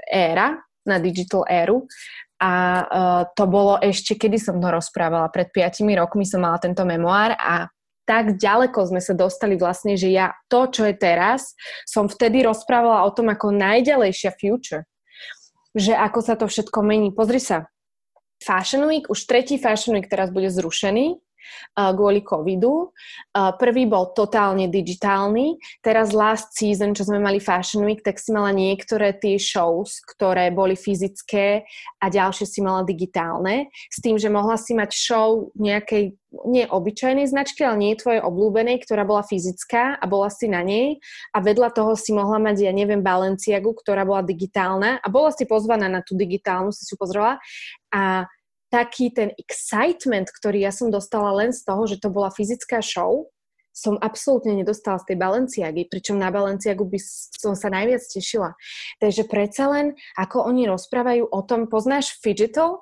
éru. A to bolo ešte, kedy som to rozprávala, pred 5 rokmi som mala tento memoár a tak ďaleko sme sa dostali vlastne, že ja to, čo je teraz, som vtedy rozprávala o tom ako najďalejšia future. Že ako sa to všetko mení. Pozri sa, Fashion Week, už 3. Fashion Week teraz bude zrušený kvôli covidu. Prvý bol totálne digitálny. Teraz last season, čo sme mali Fashion Week, tak si mala niektoré tie shows, ktoré boli fyzické a ďalšie si mala digitálne. S tým, že mohla si mať show nejakej neobyčajnej značky, ale nie tvojej obľúbenej, ktorá bola fyzická a bola si na nej a vedľa toho si mohla mať, Balenciagu, ktorá bola digitálna a bola si pozvaná na tú digitálnu, si pozrela a taký ten excitement, ktorý ja som dostala len z toho, že to bola fyzická show, som absolútne nedostala z tej Balenciagy, pričom na Balenciagu by som sa najviac tešila. Takže predsa len, ako oni rozprávajú o tom, poznáš Phygital?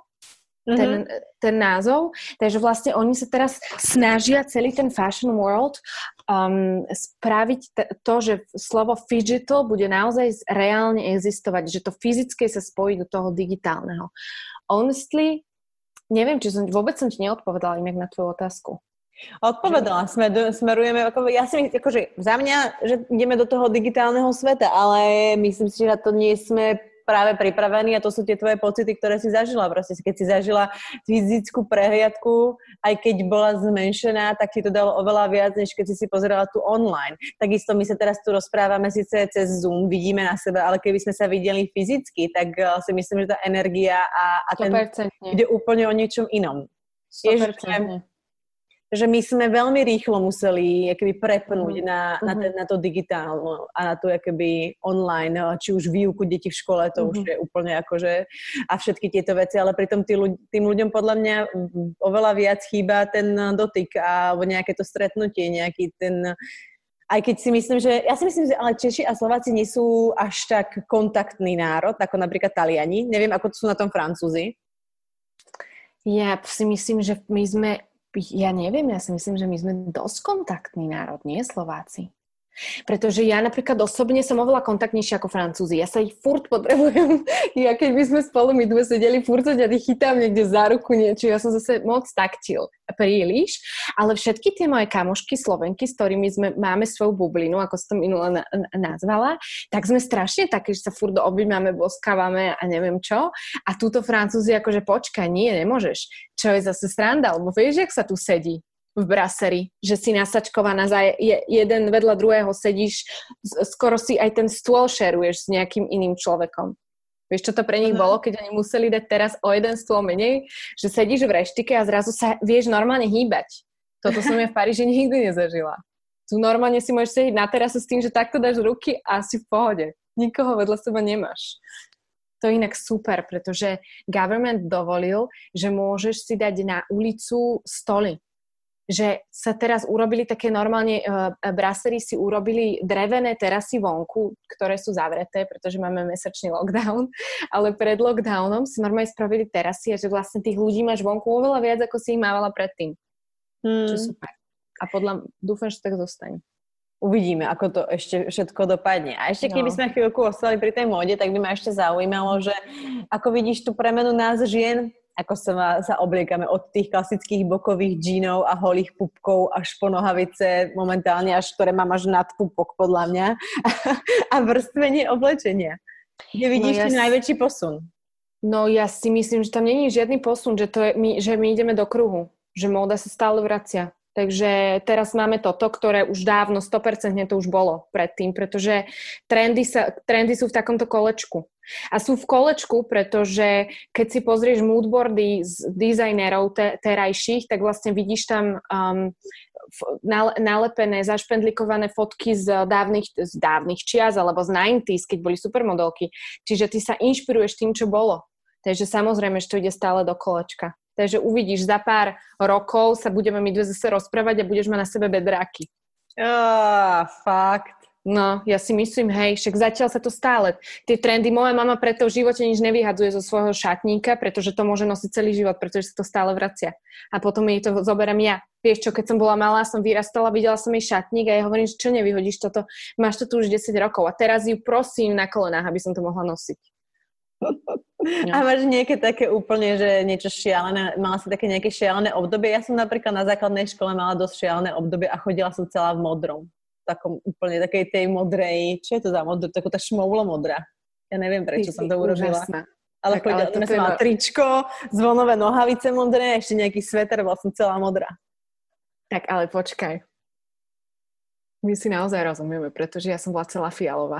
Ten názov? Takže vlastne oni sa teraz snažia celý ten fashion world spraviť to, že slovo Phygital bude naozaj reálne existovať, že to fyzické sa spojí do toho digitálneho. Honestly, neviem, či vôbec som ti neodpovedala inak na tvoju otázku. Odpovedala, smerujeme, ja si myslím, akože za mňa, že ideme do toho digitálneho sveta, ale myslím si, že na to nie sme práve pripravení a to sú tie tvoje pocity, ktoré si zažila. Proste, keď si zažila fyzickú prehliadku, aj keď bola zmenšená, tak ti to dalo oveľa viac, než keď si pozerala tu online. Takisto my sa teraz tu rozprávame síce cez Zoom, vidíme na seba, ale keby sme sa videli fyzicky, tak si myslím, že tá energia a ten ide úplne o niečom inom. 100%. Že my sme veľmi rýchlo museli prepnúť na to digitálne a na to online, či už výuku detí v škole, to už je úplne akože a všetky tieto veci, ale pritom tým ľuďom podľa mňa oveľa viac chýba ten dotyk alebo nejaké to stretnutie, nejaký ten. Aj keď si myslím, ja si myslím, že ale Češi a Slováci nie sú až tak kontaktný národ, ako napríklad Taliani. Neviem, ako to sú na tom Francúzi. Ja si myslím, že ja si myslím, že my sme dosť kontaktný národ, nie Slováci. Pretože ja napríklad osobne som oveľa kontaktnejšia ako Francúzi. Ja sa ich furt potrebujem. Ja keď by sme spolu my dve sedeli, furt sa ťa chytám niekde za ruku niečo. Ja som zase moc taktil príliš. Ale všetky tie moje kamošky Slovenky, s ktorými máme svoju bublinu, ako som to minule nazvala, tak sme strašne také, že sa furt objímame, boskávame a neviem čo. A túto Francúzi akože počkaj, nie, nemôžeš. Čo je zase sranda, lebo vieš, jak sa tu sedí v brasserie, že si nasačkovaná za jeden vedľa druhého sedíš, skoro si aj ten stôl šeruješ s nejakým iným človekom. Vieš, čo to pre nich bolo, keď oni museli dať teraz o jeden stôl menej, že sedíš v reštike a zrazu sa vieš normálne hýbať. Toto som ja v Paríži nikdy nezažila. Tu normálne si môžeš sedieť na terase s tým, že takto dáš ruky a si v pohode. Nikoho vedľa seba nemáš. To je inak super, pretože government dovolil, že môžeš si dať na ulicu stoly. Že sa teraz urobili také normálne, brasserie si urobili drevené terasy vonku, ktoré sú zavreté, pretože máme mesačný lockdown, ale pred lockdownom si normálne spravili terasy a že vlastne tých ľudí máš vonku oveľa viac, ako si ich mávala predtým. Čo super. A dúfam, že tak zostane. Uvidíme, ako to ešte všetko dopadne. A ešte keby sme chvíľku ostali pri tej móde, tak by ma ešte zaujímalo, že ako vidíš tú premenu nás žien, ako sa obliekame od tých klasických bokových džínov a holých pupkov až po nohavice, momentálne až, ktoré mám až nad pupok, podľa mňa, a vrstvenie oblečenia. Kde vidíš ten najväčší posun? No ja si myslím, že tam není žiadny posun, že my ideme do kruhu, že móda sa stále vracia. Takže teraz máme toto, ktoré už dávno, 100% to už bolo predtým, pretože trendy sú v takomto kolečku. A sú v kolečku, pretože keď si pozrieš moodboardy z dizajnerov terajších, tak vlastne vidíš tam nalepené, zašpendlikované fotky z dávnych čias alebo z 90s, keď boli supermodelky. Čiže ty sa inšpiruješ tým, čo bolo. Takže samozrejme, že to ide stále do kolečka. Takže uvidíš, za pár rokov sa budeme my dve zase rozprávať a budeš mať na sebe bedráky. Fakt. No, ja si myslím, hej, však zatiaľ sa to stále. Tie trendy, moja mama preto v živote nič nevyhadzuje zo svojho šatníka, pretože to môže nosiť celý život, pretože sa to stále vracia. A potom jej to zoberiem ja. Vieš čo, keď som bola malá, som vyrastala, videla som jej šatník a ja hovorím, že čo nevyhodíš toto, máš to tu už 10 rokov a teraz ju prosím na kolenách, aby som to mohla nosiť. No. A máš nejaké také úplne, že niečo šialené, mala si také nejaké šialené obdobie? Ja som napríklad na základnej škole mala dosť šialené obdobie a chodila som celá v modrom. Takom úplne takej tej modrej, čo je to za modrá? Takú tá šmoula modrá. Ja neviem, prečo som to urobila. Ale chodila, som mala tričko, zvonové nohavice modré, ešte nejaký sveter, bola som celá modrá. Tak ale počkaj. My si naozaj rozumieme, pretože ja som bola celá fialová.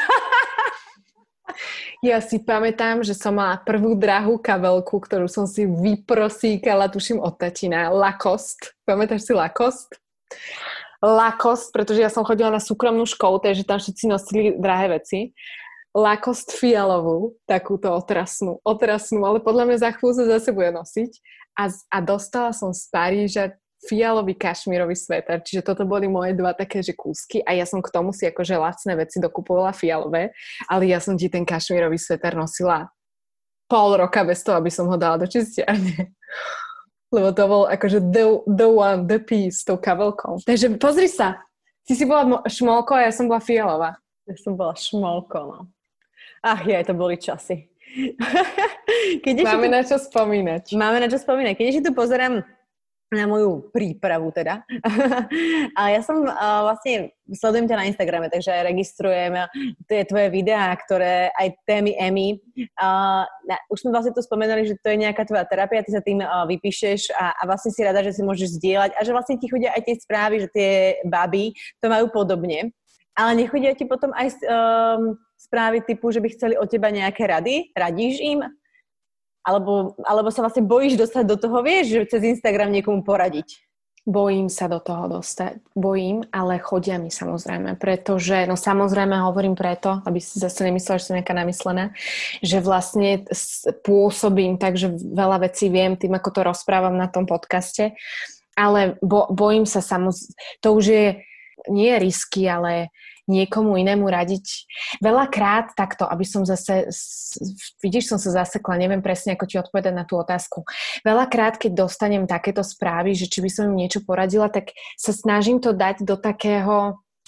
Ja si pamätám, že som mala prvú drahú kabelku, ktorú som si vyprosíkala, tuším, od tatina. Lacoste. Pamätáš si Lacoste? Lacoste, pretože ja som chodila na súkromnú školu, takže tam všetci nosili drahé veci. Lacoste fialovú, takúto otrasnú, ale podľa mňa za chvíľu sa zase bude nosiť. A dostala som z Paríža fialový kašmírový sveter, čiže toto boli moje dva také, že kúsky a ja som k tomu si akože lacné veci dokupovala fialové, ale ja som ti ten kašmírový sveter nosila pol roka bez toho, aby som ho dala do čistiarne. Lebo to bol akože the one, the piece s tou kabelkou. Takže pozri sa, ty si bola šmolko a ja som bola fialová. Ja som bola šmolko, no. Ach to boli časy. Máme na čo spomínať. Keď ešte tu pozerám na moju prípravu teda. Ale ja som vlastne, sledujem ťa na Instagrame, takže aj registrujem tie tvoje videá, ktoré aj témy Emmy. Už sme vlastne tu spomenuli, že to je nejaká tvoja terapia, ty sa tým vypíšeš a vlastne si rada, že si môžeš zdieľať a že vlastne ti chodia aj tie správy, že tie baby to majú podobne. Ale nechodia ti potom aj správy typu, že by chceli od teba nejaké rady? Radíš im? Alebo sa vlastne bojíš dostať do toho, vieš, že cez Instagram niekomu poradiť? Bojím sa do toho dostať. Bojím, ale chodia mi samozrejme, pretože, no samozrejme hovorím preto, aby si zase nemyslela, že som nejaká namyslená, že vlastne pôsobím, takže veľa vecí viem tým, ako to rozprávam na tom podcaste, ale bojím sa samozrejme, to už je nie risky, ale niekomu inému radiť. Veľakrát takto, aby som zase, vidíš, som sa zasekla, neviem presne, ako ti odpovedať na tú otázku. Veľakrát, keď dostanem takéto správy, že či by som im niečo poradila, tak sa snažím to dať do takého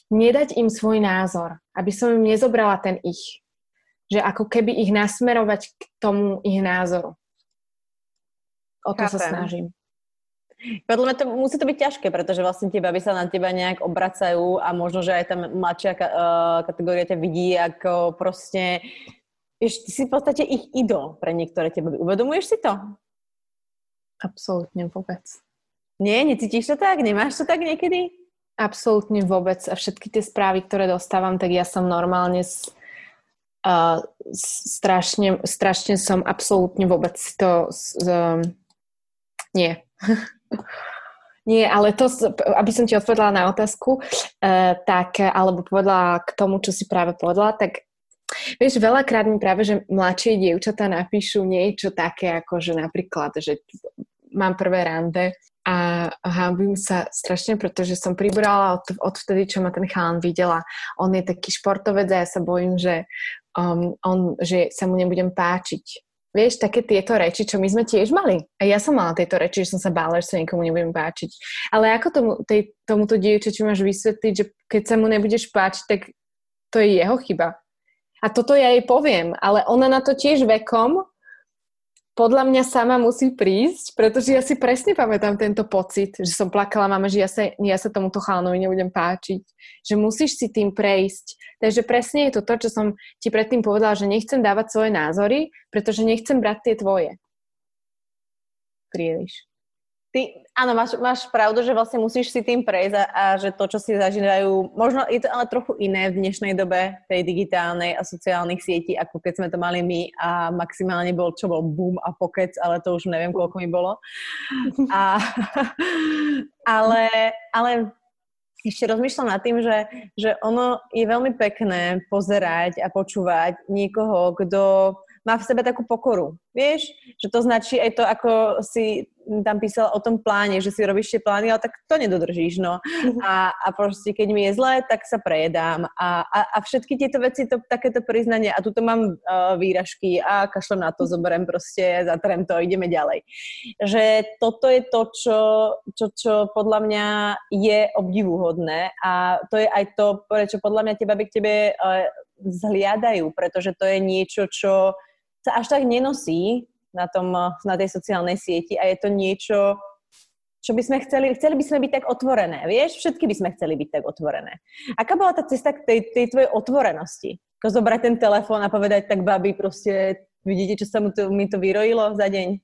nedať im svoj názor, aby som im nezobrala ten ich. Že ako keby ich nasmerovať k tomu ich názoru. O to sa snažím. Podľa mňa to musí to byť ťažké, pretože vlastne tie baby sa na teba nejak obracajú a možno, že aj tá mladšia kategória ťa vidí ako proste, vieš, ty si v podstate ich idol pre niektoré tie baby. Uvedomuješ si to? Absolútne vôbec. Nie? Necítiš to tak? Nemáš to tak niekedy? Absolútne vôbec. A všetky tie správy, ktoré dostávam, tak ja som normálne strašne som absolútne vôbec to nie. Nie, ale to, aby som ti odpovedala na otázku, tak, alebo povedala k tomu, čo si práve povedala, tak vieš, veľakrát mi práve, že mladšie dievčatá napíšu niečo také, ako že napríklad, že mám prvé rande a hanbím sa strašne, pretože som pribrala od vtedy, čo ma ten chalan videla. On je taký športovec a ja sa bojím, že že sa mu nebudem páčiť. Vieš, také tieto reči, čo my sme tiež mali. A ja som mala tieto reči, že som sa bála, že sa niekomu nebudem páčiť. Ale ako tomuto dievčaťu máš vysvetliť, že keď sa mu nebudeš páčiť, tak to je jeho chyba. A toto ja jej poviem, ale ona na to tiež vekom podľa mňa sama musí prísť, pretože ja si presne pamätám tento pocit, že som plakala, mama, že ja sa tomuto chalanovi nebudem páčiť. Že musíš si tým prejsť. Takže presne je to, čo som ti predtým povedala, že nechcem dávať svoje názory, pretože nechcem brať tie tvoje. Príliš. Áno, máš pravdu, že vlastne musíš si tým prejsť a že to, čo si zažívajú, možno je to ale trochu iné v dnešnej dobe tej digitálnej a sociálnych sietí, ako keď sme to mali my a maximálne bol boom a pokec, ale to už neviem, koľko mi bolo. Ale ešte rozmýšľam nad tým, že ono je veľmi pekné pozerať a počúvať niekoho, kto má v sebe takú pokoru. Vieš, že to značí aj to, ako si tam písala o tom pláne, že si robíš tie plány, ale tak to nedodržíš, no. A proste, keď mi je zle, tak sa prejedám. A všetky tieto veci, takéto priznanie, a tuto mám výražky a kašlem na to, zoberiem proste, zatrem to, ideme ďalej. Že toto je to, čo podľa mňa je obdivuhodné a to je aj to, prečo podľa mňa tie baby k tebe zhliadajú, pretože to je niečo, čo sa až tak nenosí na tej sociálnej sieti a je to niečo, čo by sme chceli by sme byť tak otvorené, vieš? Všetky by sme chceli byť tak otvorené. Aká bola tá cesta k tej tvojej otvorenosti? Ako zobrať ten telefón a povedať tak, babi, proste vidíte, čo sa mi to vyrojilo za deň?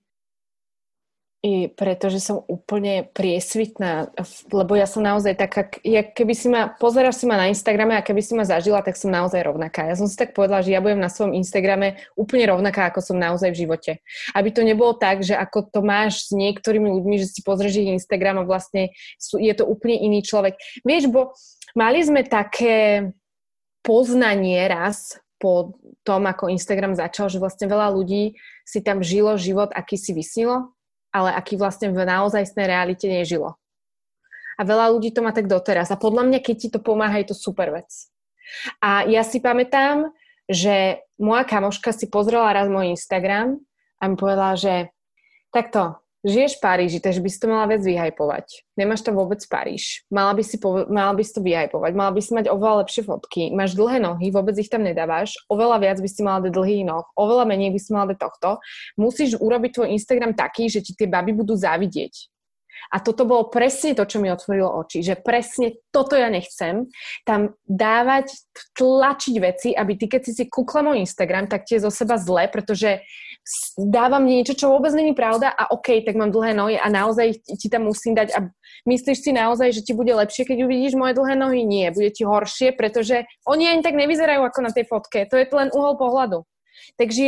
I pretože som úplne priesvitná, lebo ja som naozaj taká, keby pozeráš si ma na Instagrame a keby si ma zažila, tak som naozaj rovnaká. Ja som si tak povedala, že ja budem na svojom Instagrame úplne rovnaká, ako som naozaj v živote. Aby to nebolo tak, že ako to máš s niektorými ľuďmi, že si pozrieš ich Instagram a vlastne je to úplne iný človek. Vieš, bo mali sme také poznanie raz po tom, ako Instagram začal, že vlastne veľa ľudí si tam žilo život, aký si vysnilo, ale aký vlastne v naozajstnej realite nežilo. A veľa ľudí to má tak doteraz. A podľa mňa, keď ti to pomáha, je to super vec. A ja si pamätám, že moja kamoška si pozrela raz môj Instagram a mi povedala, že takto, žiješ v Paríži, takže by si to mala vec vyhajpovať. Nemáš tam vôbec Paríž. Mala by si to vyhajpovať. Mala by si mať oveľa lepšie fotky. Máš dlhé nohy, vôbec ich tam nedávaš. Oveľa viac by si mala dať dlhých noh. Oveľa menej by si mala dať tohto. Musíš urobiť tvoj Instagram taký, že ti tie baby budú závidieť. A toto bolo presne to, čo mi otvorilo oči. Že presne toto ja nechcem. Tam dávať, tlačiť veci, aby ty, keď si kúkla môj Instagram, tak ti je zo seba zle, pretože dávam niečo, čo vôbec není pravda a okej, tak mám dlhé nohy a naozaj ti tam musím dať a myslíš si naozaj, že ti bude lepšie, keď uvidíš moje dlhé nohy? Nie, bude ti horšie, pretože oni ani tak nevyzerajú ako na tej fotke. To je len uhol pohľadu. Takže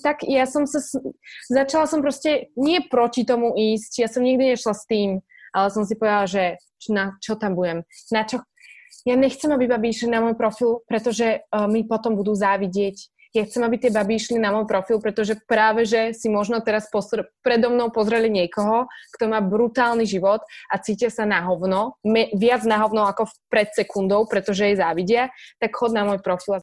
začala som proste nie proti tomu ísť, ja som nikdy nešla s tým, ale som si povedala, že na čo tam budem, ja nechcem, aby babi išli na môj profil, pretože mi potom budú závidieť. Ja chcem, aby tie baby išli na môj profil, pretože práve, že si možno teraz predo mnou pozreli niekoho, kto má brutálny život a cítia sa na hovno, viac na hovno ako pred sekundou, pretože jej závidia, tak chod na môj profil.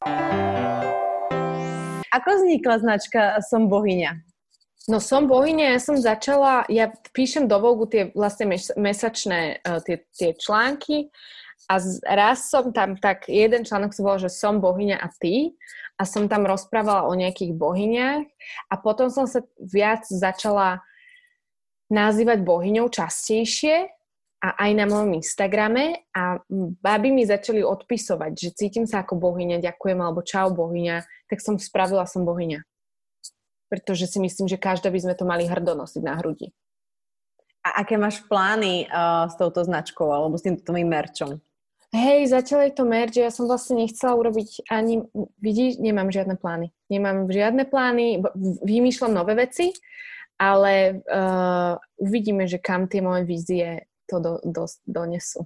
Ako vznikla značka Som bohyňa? No Som bohyňa, ja píšem do Vogue tie vlastne mesačné tie články a raz som tam tak, jeden článok som bol, že som bohyňa a ty a som tam rozprávala o nejakých bohyniach a potom som sa viac začala nazývať bohyňou častejšie a aj na mojom Instagrame a baby mi začali odpisovať, že cítim sa ako bohyňa, ďakujem, alebo čau bohyňa, tak som spravila som bohyňa. Pretože si myslím, že každá by sme to mali hrdo nosiť na hrudi. A aké máš plány s touto značkou alebo s týmto tvojím merčom? Hej, zatiaľ je to merch, že ja som vlastne nechcela urobiť ani, vidíš, nemám žiadne plány. Vymýšľam nové veci, ale uvidíme, že kam tie moje vízie to donesú.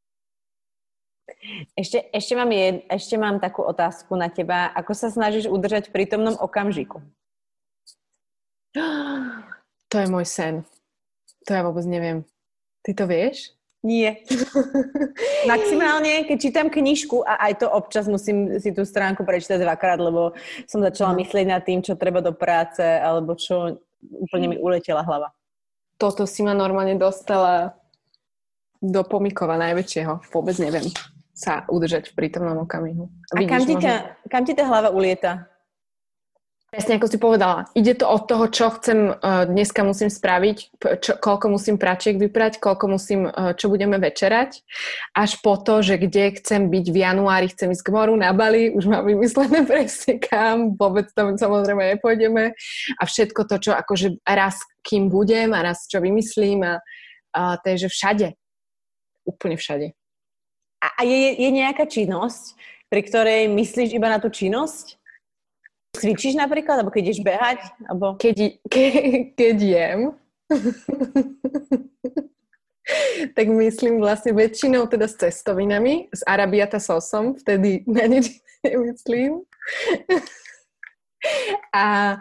Ešte mám takú otázku na teba. Ako sa snažíš udržať v prítomnom okamžiku? To je môj sen. To ja vôbec neviem. Ty to vieš? Nie. Maximálne, keď čítam knižku a aj to občas musím si tú stránku prečítať dvakrát, lebo som začala myslieť nad tým, čo treba do práce, alebo čo úplne mi uletela hlava. Toto si ma normálne dostala do pomykova najväčšieho. Vôbec neviem sa udržať v prítomnom okamihu. A kam ti tá hlava ulieta? Presne ako si povedala, ide to od toho, čo chcem, dneska musím spraviť, koľko musím pračiek vyprať, čo budeme večerať, až po to, že kde chcem byť v januári, chcem ísť k moru na Bali, už mám vymyslené presne kam, vôbec tam samozrejme nepôjdeme a všetko to, čo akože raz kým budem a raz čo vymyslím a takže všade, úplne všade. A je nejaká činnosť, pri ktorej myslíš iba na tú činnosť? Cvičíš napríklad, alebo keď ideš behať? Alebo... Keď jem, tak myslím vlastne väčšinou teda s cestovinami, s arabiata sosom, vtedy na nič nemyslím. A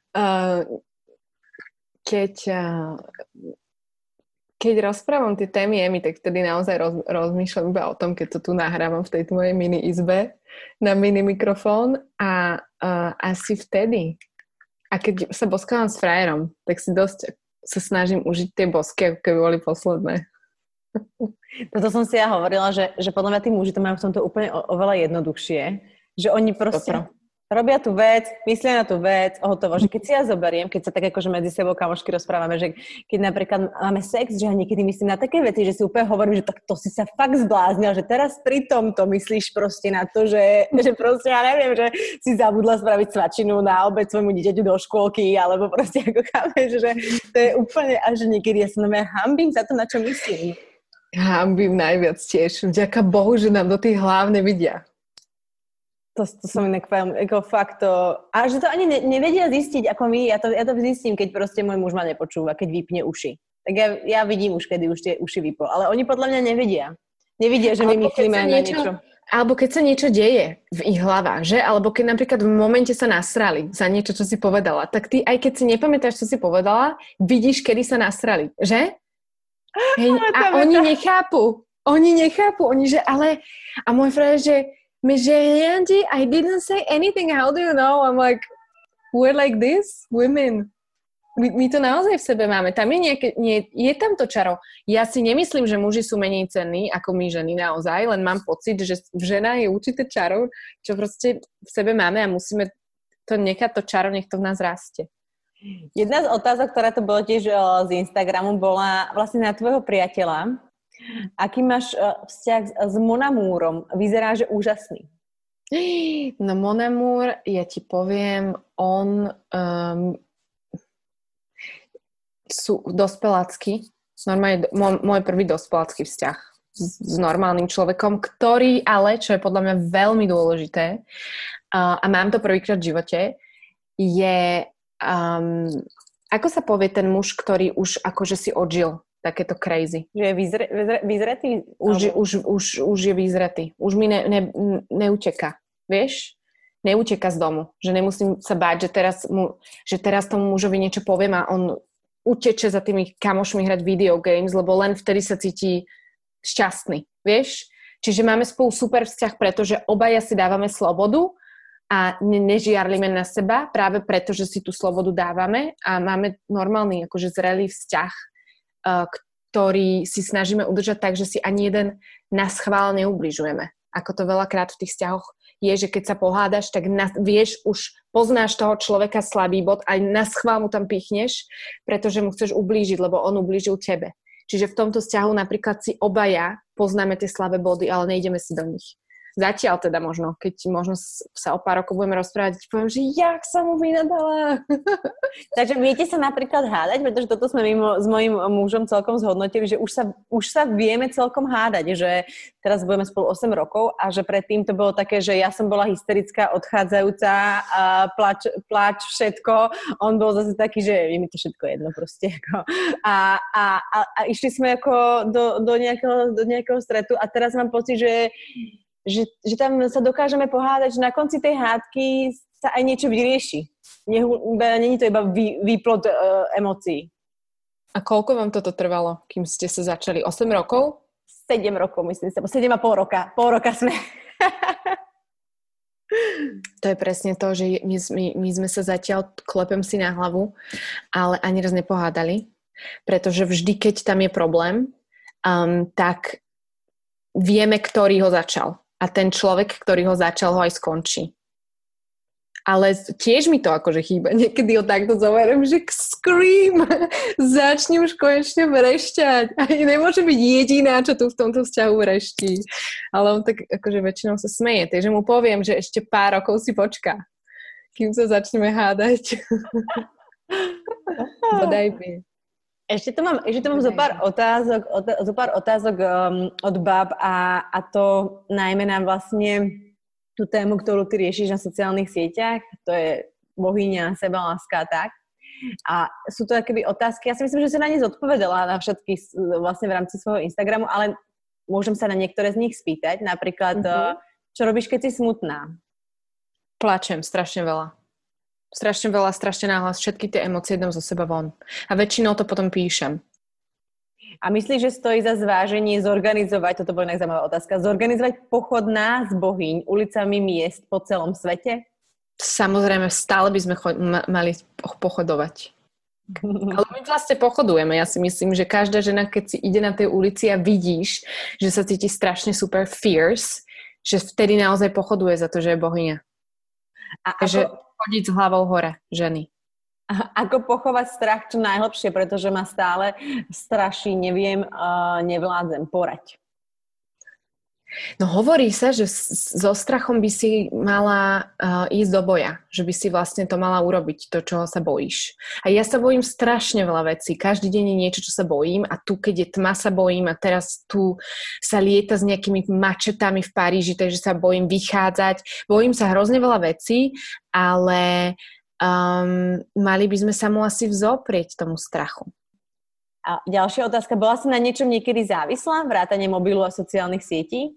keď rozprávam tie témy Emy, tak vtedy naozaj rozmýšľam iba o tom, keď to tu nahrávam v tejto mojej mini izbe na mini mikrofón a asi vtedy. A keď sa boskávam s frajerom, tak si dosť sa snažím užiť tie bosky, ako keby boli posledné. Toto som si ja hovorila, že podľa mňa tí muži to majú v tomto úplne oveľa jednoduchšie, že oni proste robia tú vec, myslia na tú vec, hotovo, že keď si ja zoberiem, keď sa tak akože medzi sebou kamošky rozprávame, že keď napríklad máme sex, že ja niekedy myslím na také veci, že si úplne hovorím, že tak to si sa fakt zbláznil, že teraz pri tomto myslíš proste na to, že proste ja neviem, že si zabudla spraviť svačinu na obed svojmu dieťaťu do škôlky, alebo proste ako chápeš, že to je úplne, a že niekedy ja sa hambím za to, na čo myslím. Hambím najviac tiež. Vďaka Bohu, že nám do tých hlav nevidia. To som inak ako fakt to... A že to ani nevedia zistiť ako my, ja to zistím, keď proste môj muž ma nepočúva, keď vypne uši. Tak ja vidím už, kedy už tie uši vypol. Ale oni podľa mňa nevedia. Nevidia, že my myslíme na niečo. Alebo keď sa niečo deje v ich hlavách, že? Alebo keď napríklad v momente sa nasrali za niečo, čo si povedala, tak ty, aj keď si nepamätáš, čo si povedala, vidíš, kedy sa nasrali, že? Hej, a oni nechápu. Oni, že ale... A môj frajer, že Angie, I didn't say anything. How do you know? I'm like, we're like this, women. My to naozaj v sebe máme. Tam je tam to čaro. Ja si nemyslím, že muži sú menej cenní ako my ženy naozaj, len mám pocit, že v ženách je určité čaro, čo proste v sebe máme a musíme to nechať to čaro, nech to v nás rastie. Jedna z otázok, ktorá to bolo tiež z Instagramu, bola vlastne na tvojho priateľa. Aký máš vzťah s Mon Amourom? Vyzerá, že úžasný. No Mon Amour, ja ti poviem, on sú dospelácky. Normálne môj prvý dospelácky vzťah s normálnym človekom, ktorý ale, čo je podľa mňa veľmi dôležité, a mám to prvýkrát v živote, je ako sa povie ten muž, ktorý už akože si odžil takéto crazy. Že je vyzretý? Už je vyzretý. Už mi neuteká. Vieš? Neuteká z domu. Že nemusím sa báť, že teraz tomu mužovi niečo poviem a on uteče za tými kamošmi hrať video games, lebo len vtedy sa cíti šťastný. Vieš? Čiže máme spolu super vzťah, pretože obaja si dávame slobodu a nežiarlime na seba práve preto, že si tú slobodu dávame a máme normálny, akože zrelý vzťah, ktorý si snažíme udržať tak, že si ani jeden na schvál neubližujeme. Ako to veľakrát v tých vzťahoch je, že keď sa pohádaš, tak vieš, už poznáš toho človeka slabý bod a na schvál mu tam pichneš, pretože mu chceš ublížiť, lebo on ublížil tebe. Čiže v tomto vzťahu napríklad si obaja poznáme tie slabé body, ale nejdeme si do nich. Zatiaľ teda možno, keď možno sa o pár rokov budeme rozprávať, poviem, že jak sa mu vynadala. Takže viete sa napríklad hádať, pretože toto sme s mojím mužom celkom zhodnotili, že už sa vieme celkom hádať, že teraz budeme spolu 8 rokov a že predtým to bolo také, že ja som bola hysterická, odchádzajúca, pláč všetko, on bol zase taký, že je mi to všetko jedno proste. A išli sme ako do nejakého stretu a teraz mám pocit, že tam sa dokážeme pohádať, že na konci tej hádky sa aj niečo vyrieši. Není to iba výplod emócií. A koľko vám toto trvalo, kým ste sa začali? 8 rokov? 7 rokov, myslím si. 7,5 roka. Pol roka sme. To je presne to, že my sme sa zatiaľ, klepem si na hlavu, ale ani raz nepohádali. Pretože vždy, keď tam je problém, tak vieme, ktorý ho začal. A ten človek, ktorý ho začal, ho aj skončí. Ale tiež mi to akože chýba. Niekedy ho takto zoberiem, že scream! Začni už konečne vrešťať. A nemôže byť jediná, čo tu v tomto vzťahu vreští. Ale on tak akože väčšinou sa smeje. Takže mu poviem, že ešte pár rokov si počká. Kým sa začneme hádať. Bodaj by. Ešte tu mám zo pár otázok od bab a to najmä nám vlastne tú tému, ktorú ty riešiš na sociálnych sieťach, to je bohyňa, sebaláska a tak. A sú to akoby otázky, ja si myslím, že si na ne zodpovedala na všetky vlastne v rámci svojho Instagramu, ale môžem sa na niektoré z nich spýtať. Napríklad, čo robíš, keď si smutná? Plačem strašne veľa. Strašne veľa, strašne náhlas, všetky tie emócie idem zo seba von. A väčšinou to potom píšem. A myslíš, že stojí za zváženie zorganizovať, toto bola inak zaujímavá otázka, zorganizovať pochod nás bohyň ulicami miest po celom svete? Samozrejme, stále by sme mali pochodovať. Ale my vlastne pochodujeme. Ja si myslím, že každá žena, keď si ide na tej ulici a vidíš, že sa cíti strašne super fierce, že vtedy naozaj pochoduje za to, že je bohyňa. Takže chodiť s hlavou hore, ženy. Ako pochovať strach čo najhlbšie, pretože ma stále straší, neviem, nevládzem, porať. No hovorí sa, že so strachom by si mala ísť do boja, že by si vlastne to mala urobiť, to, čoho sa bojíš. A ja sa bojím strašne veľa vecí. Každý deň je niečo, čo sa bojím a tu, keď je tma, sa bojím a teraz tu sa lieta s nejakými mačetami v Paríži, takže sa bojím vychádzať. Bojím sa hrozne veľa vecí, ale mali by sme sa mu asi vzoprieť tomu strachu. A ďalšia otázka. Bola si na niečom niekedy závislá? Vrátane mobilu a sociálnych sietí?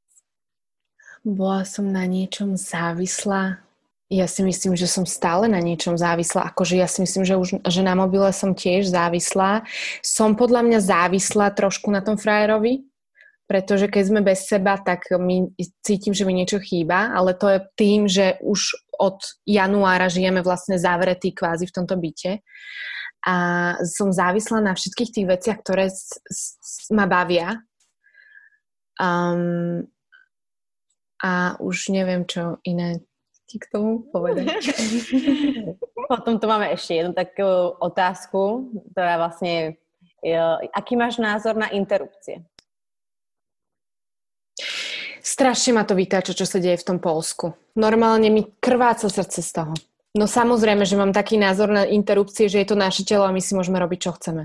Bola som na niečom závislá. Ja si myslím, že som stále na niečom závislá. Akože ja si myslím, že na mobile som tiež závislá. Som podľa mňa závislá trošku na tom frajerovi, pretože keď sme bez seba, tak cítim, že mi niečo chýba, ale to je tým, že už od januára žijeme vlastne zavretí kvázi v tomto byte. A som závislá na všetkých tých veciach, ktoré ma bavia. A už neviem, čo iné ti k tomu povedať. Potom tu máme ešte jednu takú otázku, ktorá vlastne aký máš názor na interrupcie? Strašne ma to vytáča, čo sa deje v tom Poľsku. Normálne mi krváca srdce z toho. No samozrejme, že mám taký názor na interrupcie, že je to naše telo a my si môžeme robiť, čo chceme.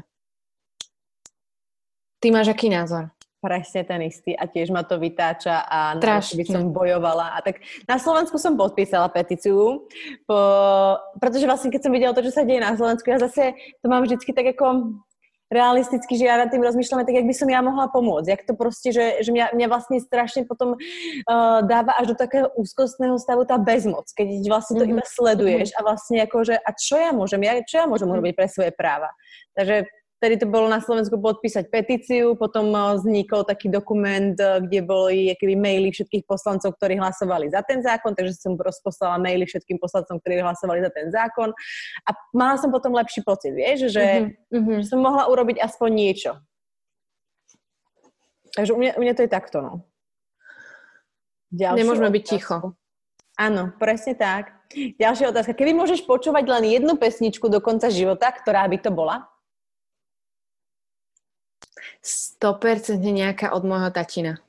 Ty máš aký názor? Presne ten istý a tiež ma to vytáča a by som bojovala. A tak na Slovensku som podpísala petíciu, pretože vlastne keď som videla to, čo sa deje na Slovensku, ja zase to mám vždycky tak ako realisticky, že ja nad tým rozmýšľame tak, jak by som ja mohla pomôcť. Jak to proste, že mňa vlastne strašne potom dáva až do takého úzkostného stavu tá bezmoc, keď vlastne to iba sleduješ a vlastne akože, a čo ja môžem urobiť pre svoje práva. Takže vtedy to bolo na Slovensku podpísať petíciu, potom vznikol taký dokument, kde boli akoby maily všetkých poslancov, ktorí hlasovali za ten zákon, takže som rozposlala maily všetkým poslancom, ktorí hlasovali za ten zákon a mala som potom lepší pocit, vieš, že som mohla urobiť aspoň niečo. Takže u mňa to je takto, no. Nemôžeme byť ticho. Áno, presne tak. Ďalšia otázka. Keby môžeš počúvať len jednu pesničku do konca života, ktorá by to bola? 100% nejaká od môjho tatina.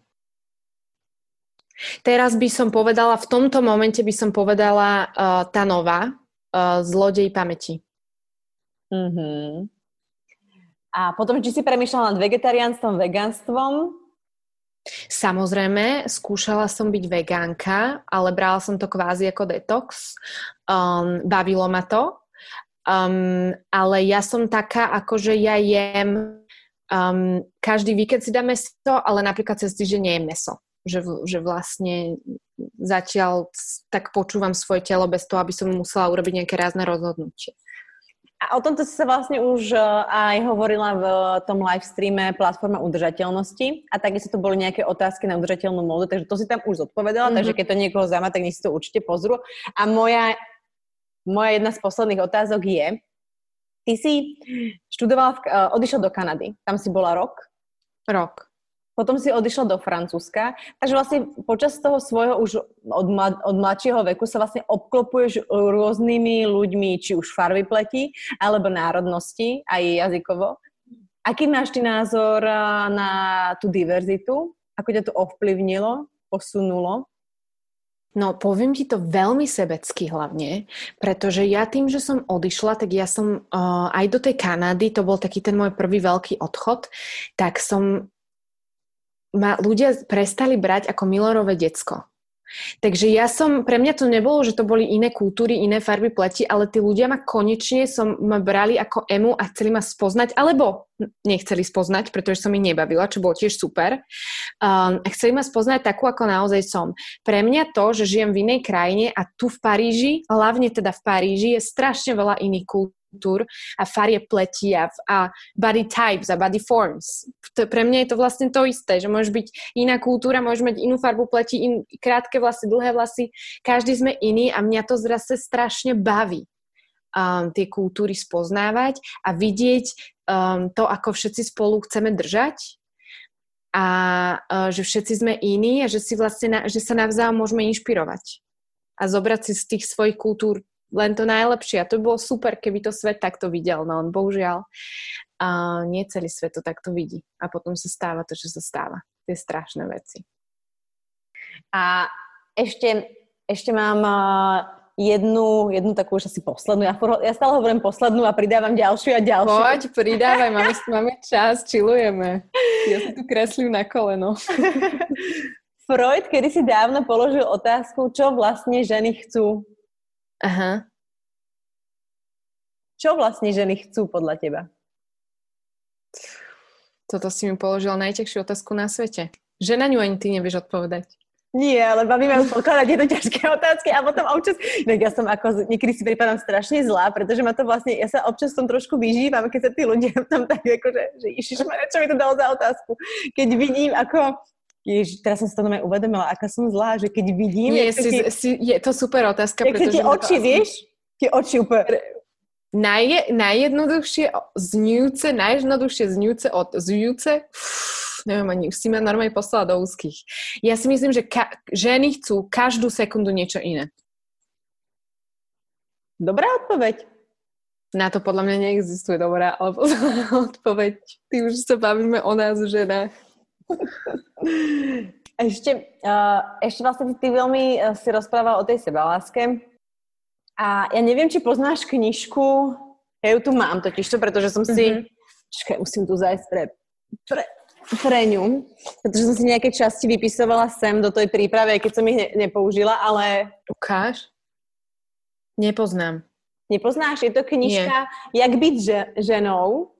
Teraz by som povedala, v tomto momente by som povedala tá nová, Zlodej pamäti. Uh-huh. A potom, či si premýšľala nad vegetariánstvom, vegánstvom? Samozrejme, skúšala som byť vegánka, ale brala som to kvázi ako detox. Bavilo ma to. Ale ja som taká, akože ja jem každý víkend si dám mäso, ale napríklad cez týždeň nejem mäso. Že vlastne zatiaľ tak počúvam svoje telo bez toho, aby som musela urobiť nejaké rázne rozhodnutie. A o tomto si sa vlastne už aj hovorila v tom live streame Platforma udržateľnosti a takisto to boli nejaké otázky na udržateľnú módu, takže to si tam už zodpovedala, takže keď to niekoho zaujíma, tak nech si to určite pozrú. A moja jedna z posledných otázok je, ty si študovala, odišla do Kanady, tam si bola rok? Rok. Potom si odišla do Francúzska, takže vlastne počas toho svojho už od mladšieho veku sa vlastne obklopuješ rôznymi ľuďmi, či už farby pleti, alebo národnosti, aj jazykovo. Aký máš ty názor na tú diverzitu? Ako ťa to ovplyvnilo, posunulo? No, poviem ti to veľmi sebecky hlavne, pretože ja tým, že som odišla, tak ja som aj do tej Kanady, to bol taký ten môj prvý veľký odchod, tak ma ľudia prestali brať ako Milorové decko. Takže pre mňa to nebolo, že to boli iné kultúry, iné farby pleti, ale tí ľudia konečne ma brali ako emu a chceli ma spoznať, alebo nechceli spoznať, pretože som ich nebavila, čo bolo tiež super. Chceli ma spoznať takú, ako naozaj som. Pre mňa to, že žijem v inej krajine a tu v Paríži, hlavne teda v Paríži, je strašne veľa iných kultúr a farie pleti a body types a body forms. Pre mňa je to vlastne to isté, že môžeš byť iná kultúra, môžeš mať inú farbu pleti, krátke vlasy, dlhé vlasy, každý sme iný a mňa to zase strašne baví tie kultúry spoznávať a vidieť to, ako všetci spolu chceme držať a že všetci sme iní a že si vlastne, že sa navzájom môžeme inšpirovať a zobrať si z tých svojich kultúr len to najlepšie. A to bolo super, keby to svet takto videl. No on bohužiaľ nie celý svet to takto vidí. A potom sa stáva to, čo sa stáva. Tie strašné veci. A ešte mám jednu takú už asi poslednú. Ja stále hovorím poslednú a pridávam ďalšiu a ďalšiu. Poď, pridávaj, máme čas, chillujeme. Ja si tu kreslím na koleno. Freud kedysi dávno položil otázku, čo vlastne ženy chcú. Aha. Čo vlastne ženy chcú podľa teba? Toto si mi položila najťažšiu otázku na svete. Že na ňu ani ty nevieš odpovedať. Nie, ale baví ma pokladať jedno ťažké otázky a potom občas... No ja som niekedy si pripadám strašne zlá, pretože ma to vlastne... Ja sa občas tom trošku vyžívam, keď sa tí ľudia tam tak akože... Že ježišmarja, čo mi to dalo za otázku? Keď vidím, ako... teraz som si to uvedomila, aká som zlá, že keď vidím... Nie, je to super otázka, pretože... Tie oči, vieš? Tie oči úplne... Najjednoduchšie znujúce, neviem ani, si ma normálne poslala do úzkých. Ja si myslím, že ženy chcú každú sekundu niečo iné. Dobrá odpoveď. Na to podľa mňa neexistuje dobrá odpoveď. Ty už sa bavíme o nás, ženách. Ešte vlastne ty veľmi si rozprával o tej sebaláske a ja neviem, či poznáš knižku, ja ju tu mám totižto, pretože som si čakaj, musím tu zájsť pre ňu, pretože som si nejaké časti vypisovala sem do tej prípravy, keď som ich nepoužila, ale... Ukáž? Nepoznám. Nepoznáš? Je to knižka Jak byť ženou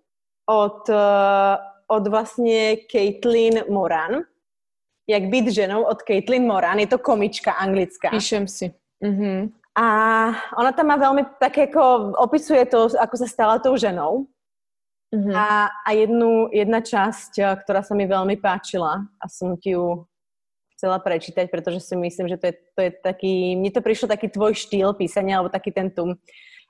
od vlastne Caitlin Moran. Jak byť ženou od Caitlin Moran. Je to komička anglická. Píšem si. Uh-huh. A ona tam má veľmi také, ako opisuje to, ako sa stala tou ženou. Uh-huh. A jedna časť, ktorá sa mi veľmi páčila a som ti ju chcela prečítať, pretože si myslím, že to je taký, mne to prišlo taký tvoj štýl písania, alebo taký ten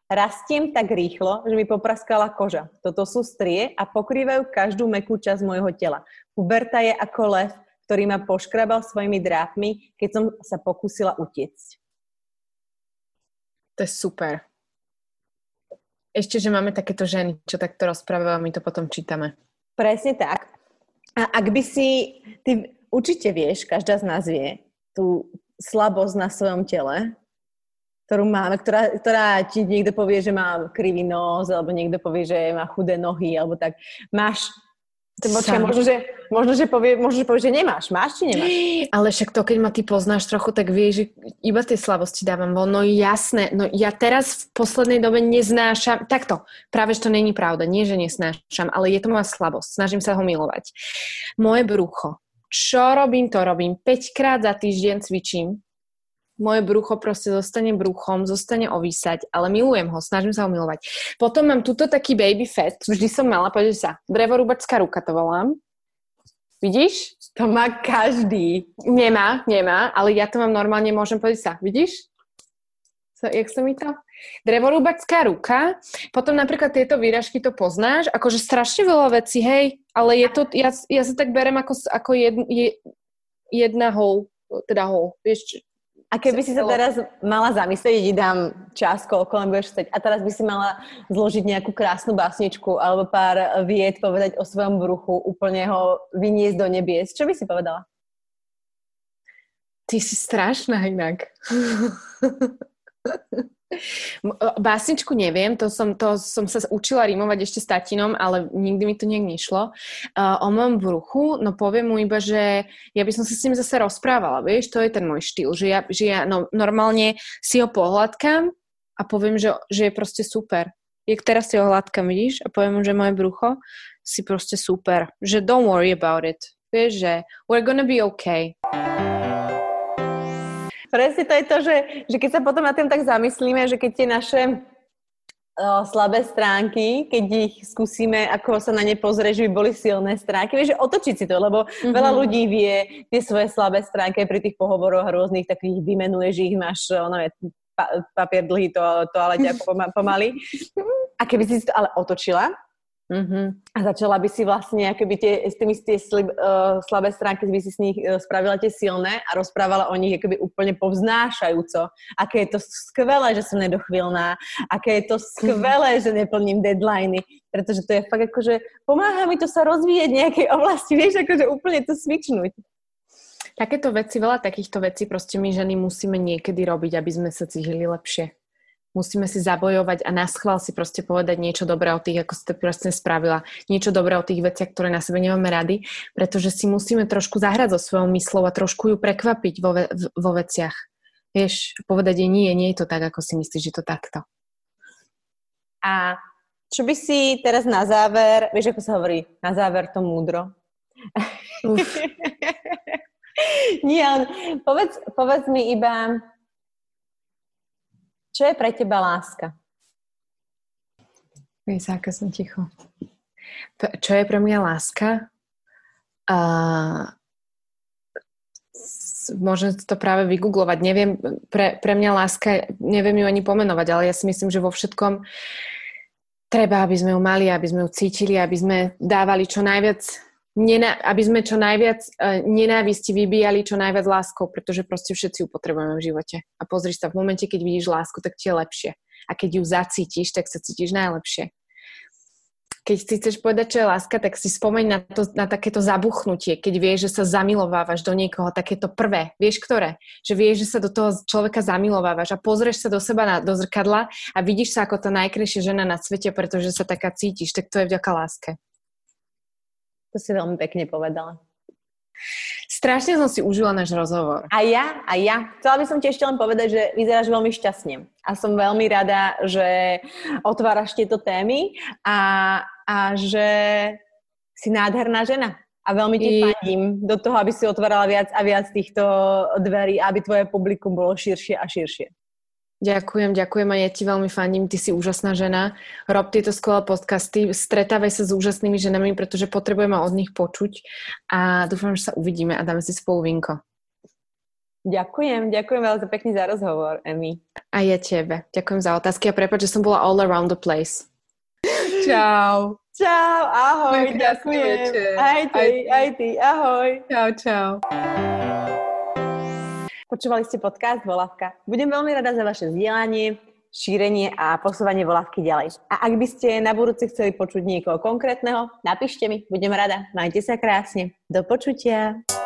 Rastiem tak rýchlo, že mi popraskala koža. Toto sú strie a pokrývajú každú mäkkú časť môjho tela. Puberta je ako lev, ktorý ma poškrabal svojimi drápmi, keď som sa pokúsila utiecť. To je super. Ešte, že máme takéto ženy, čo takto rozprávajú a my to potom čítame. Presne tak. A ak by si, ty určite vieš, každá z nás vie, tú slabosť na svojom tele, ktorú máme, ktorá ti niekto povie, že má krivý nos, alebo niekto povie, že má chudé nohy, alebo tak. Máš... Možno, že povie, že nemáš. Máš, či nemáš? Ale však to, keď ma ty poznáš trochu, tak vieš, že iba tie slabosti dávam von. No jasné. No ja teraz v poslednej dobe neznášam... Takto. Práve, že to není pravda. Nie, že nesnášam, ale je to moja slabosť. Snažím sa ho milovať. Moje brucho. Čo robím, to robím. 5-krát za týždeň cvičím. Moje brucho proste zostane bruchom, zostane ovísať, ale milujem ho, snažím sa ho milovať. Potom mám tuto taký baby fat, vždy som mala, povedať sa, drevorúbačská ruka to volám. Vidíš? To má každý. Nemá, ale ja to mám normálne, môžem povedať sa. Vidíš? Jak sa mi to? Drevorúbačská ruka. Potom napríklad tieto výražky to poznáš, akože strašne veľa vecí, hej, ale je to, ja sa tak berem ako jedna hole, teda hole, vieš. A keby si sa teraz mala zamyslieť, ti dám čas, koľko len budeš chcieť, a teraz by si mala zložiť nejakú krásnu básničku alebo pár vied povedať o svojom bruchu, úplne ho vyniesť do nebies, čo by si povedala? Ty si strašná inak. Básničku neviem, to som sa učila rímovať ešte s tatinom, ale nikdy mi to nejak nešlo. O mojom bruchu, no poviem mu iba, že ja by som sa s ním zase rozprávala, vieš, to je ten môj štýl, že ja normálne si ho pohľadkám a poviem, že je proste super. Jak teraz si ho hladkám, vidíš, a poviem mu, že moje brucho si proste super, že don't worry about it, vieš, že we're gonna be okay. Presne to je to, že keď sa potom na tým tak zamyslíme, že keď tie naše slabé stránky, keď ich skúsime, ako sa na ne pozrie, že by boli silné stránky, vieš, že otočiť si to, lebo veľa ľudí vie tie svoje slabé stránky pri tých pohovoroch a rôznych takých vymenuje, že ich máš, papier dlhý, toalete ako pomaly. A keby si to ale otočila, a začala by si vlastne akoby tie slabé stránky by si s nich spravila tie silné a rozprávala o nich akoby úplne povznášajúco. Aké je to skvelé, že som nedochvíľná, aké je to skvelé, že neplním deadliny, pretože to je fakt akože pomáha mi to sa rozvíjať v nejakej oblasti, vieš, akože úplne to switchnúť. Takéto veci, veľa takýchto vecí proste my ženy musíme niekedy robiť, aby sme sa cítili lepšie. Musíme si zabojovať a naschvál si proste povedať niečo dobré o tých, ako si to proste spravila. Niečo dobré o tých veciach, ktoré na sebe nemáme rady, pretože si musíme trošku zahrať so svojou myslou a trošku ju prekvapiť vo veciach. Vieš, povedať jej nie je to tak, ako si myslíš, že to takto. A čo by si teraz na záver, vieš, ako sa hovorí, na záver to múdro? Nie, ale povedz mi iba... Čo je pre teba láska? Aká som ticho. Čo je pre mňa láska? Môžem to práve vygooglovať. Neviem, pre mňa láska, neviem ju ani pomenovať, ale ja si myslím, že vo všetkom treba, aby sme ju mali, aby sme ju cítili, aby sme dávali čo najviac, aby sme čo najviac nenávisti vybíjali čo najviac láskou, pretože proste všetci ju potrebujeme v živote. A pozri sa, v momente, keď vidíš lásku, tak ti je lepšie. A keď ju zacítiš, tak sa cítiš najlepšie. Keď si chceš povedať, čo je láska, tak si spomeň na takéto zabuchnutie, keď vieš, že sa zamilovávaš do niekoho, takéto prvé, vieš ktoré? Že vieš, že sa do toho človeka zamilovávaš a pozrieš sa do seba do zrkadla a vidíš sa ako tá najkrajšia žena na svete, pretože sa taká cítiš, tak to je vďaka láske. To si veľmi pekne povedala. Strašne som si užila náš rozhovor. A ja. Chcela by som ti ešte len povedať, že vyzeráš veľmi šťastne. A som veľmi rada, že otváraš tieto témy a že si nádherná žena. A veľmi ti fandím do toho, aby si otvárala viac a viac týchto dverí, aby tvoje publikum bolo širšie a širšie. Ďakujem a ja ti veľmi fandím, ty si úžasná žena, rob tieto skvelé podcasty, stretávaj sa s úžasnými ženami, pretože potrebujeme od nich počuť a dúfam, že sa uvidíme a dáme si spolu vínko. Ďakujem veľmi pekne za rozhovor, Emi. A ja tebe. Ďakujem za otázky a prepáč, že som bola all around the place. Čau. Čau, ahoj, ďakujem. Aj ty, ahoj. Čau. Počúvali ste podcast Volavka. Budem veľmi rada za vaše zdieľanie, šírenie a posúvanie Volavky ďalej. A ak by ste na budúce chceli počuť niekoho konkrétneho, napíšte mi, budem rada. Majte sa krásne. Do počutia.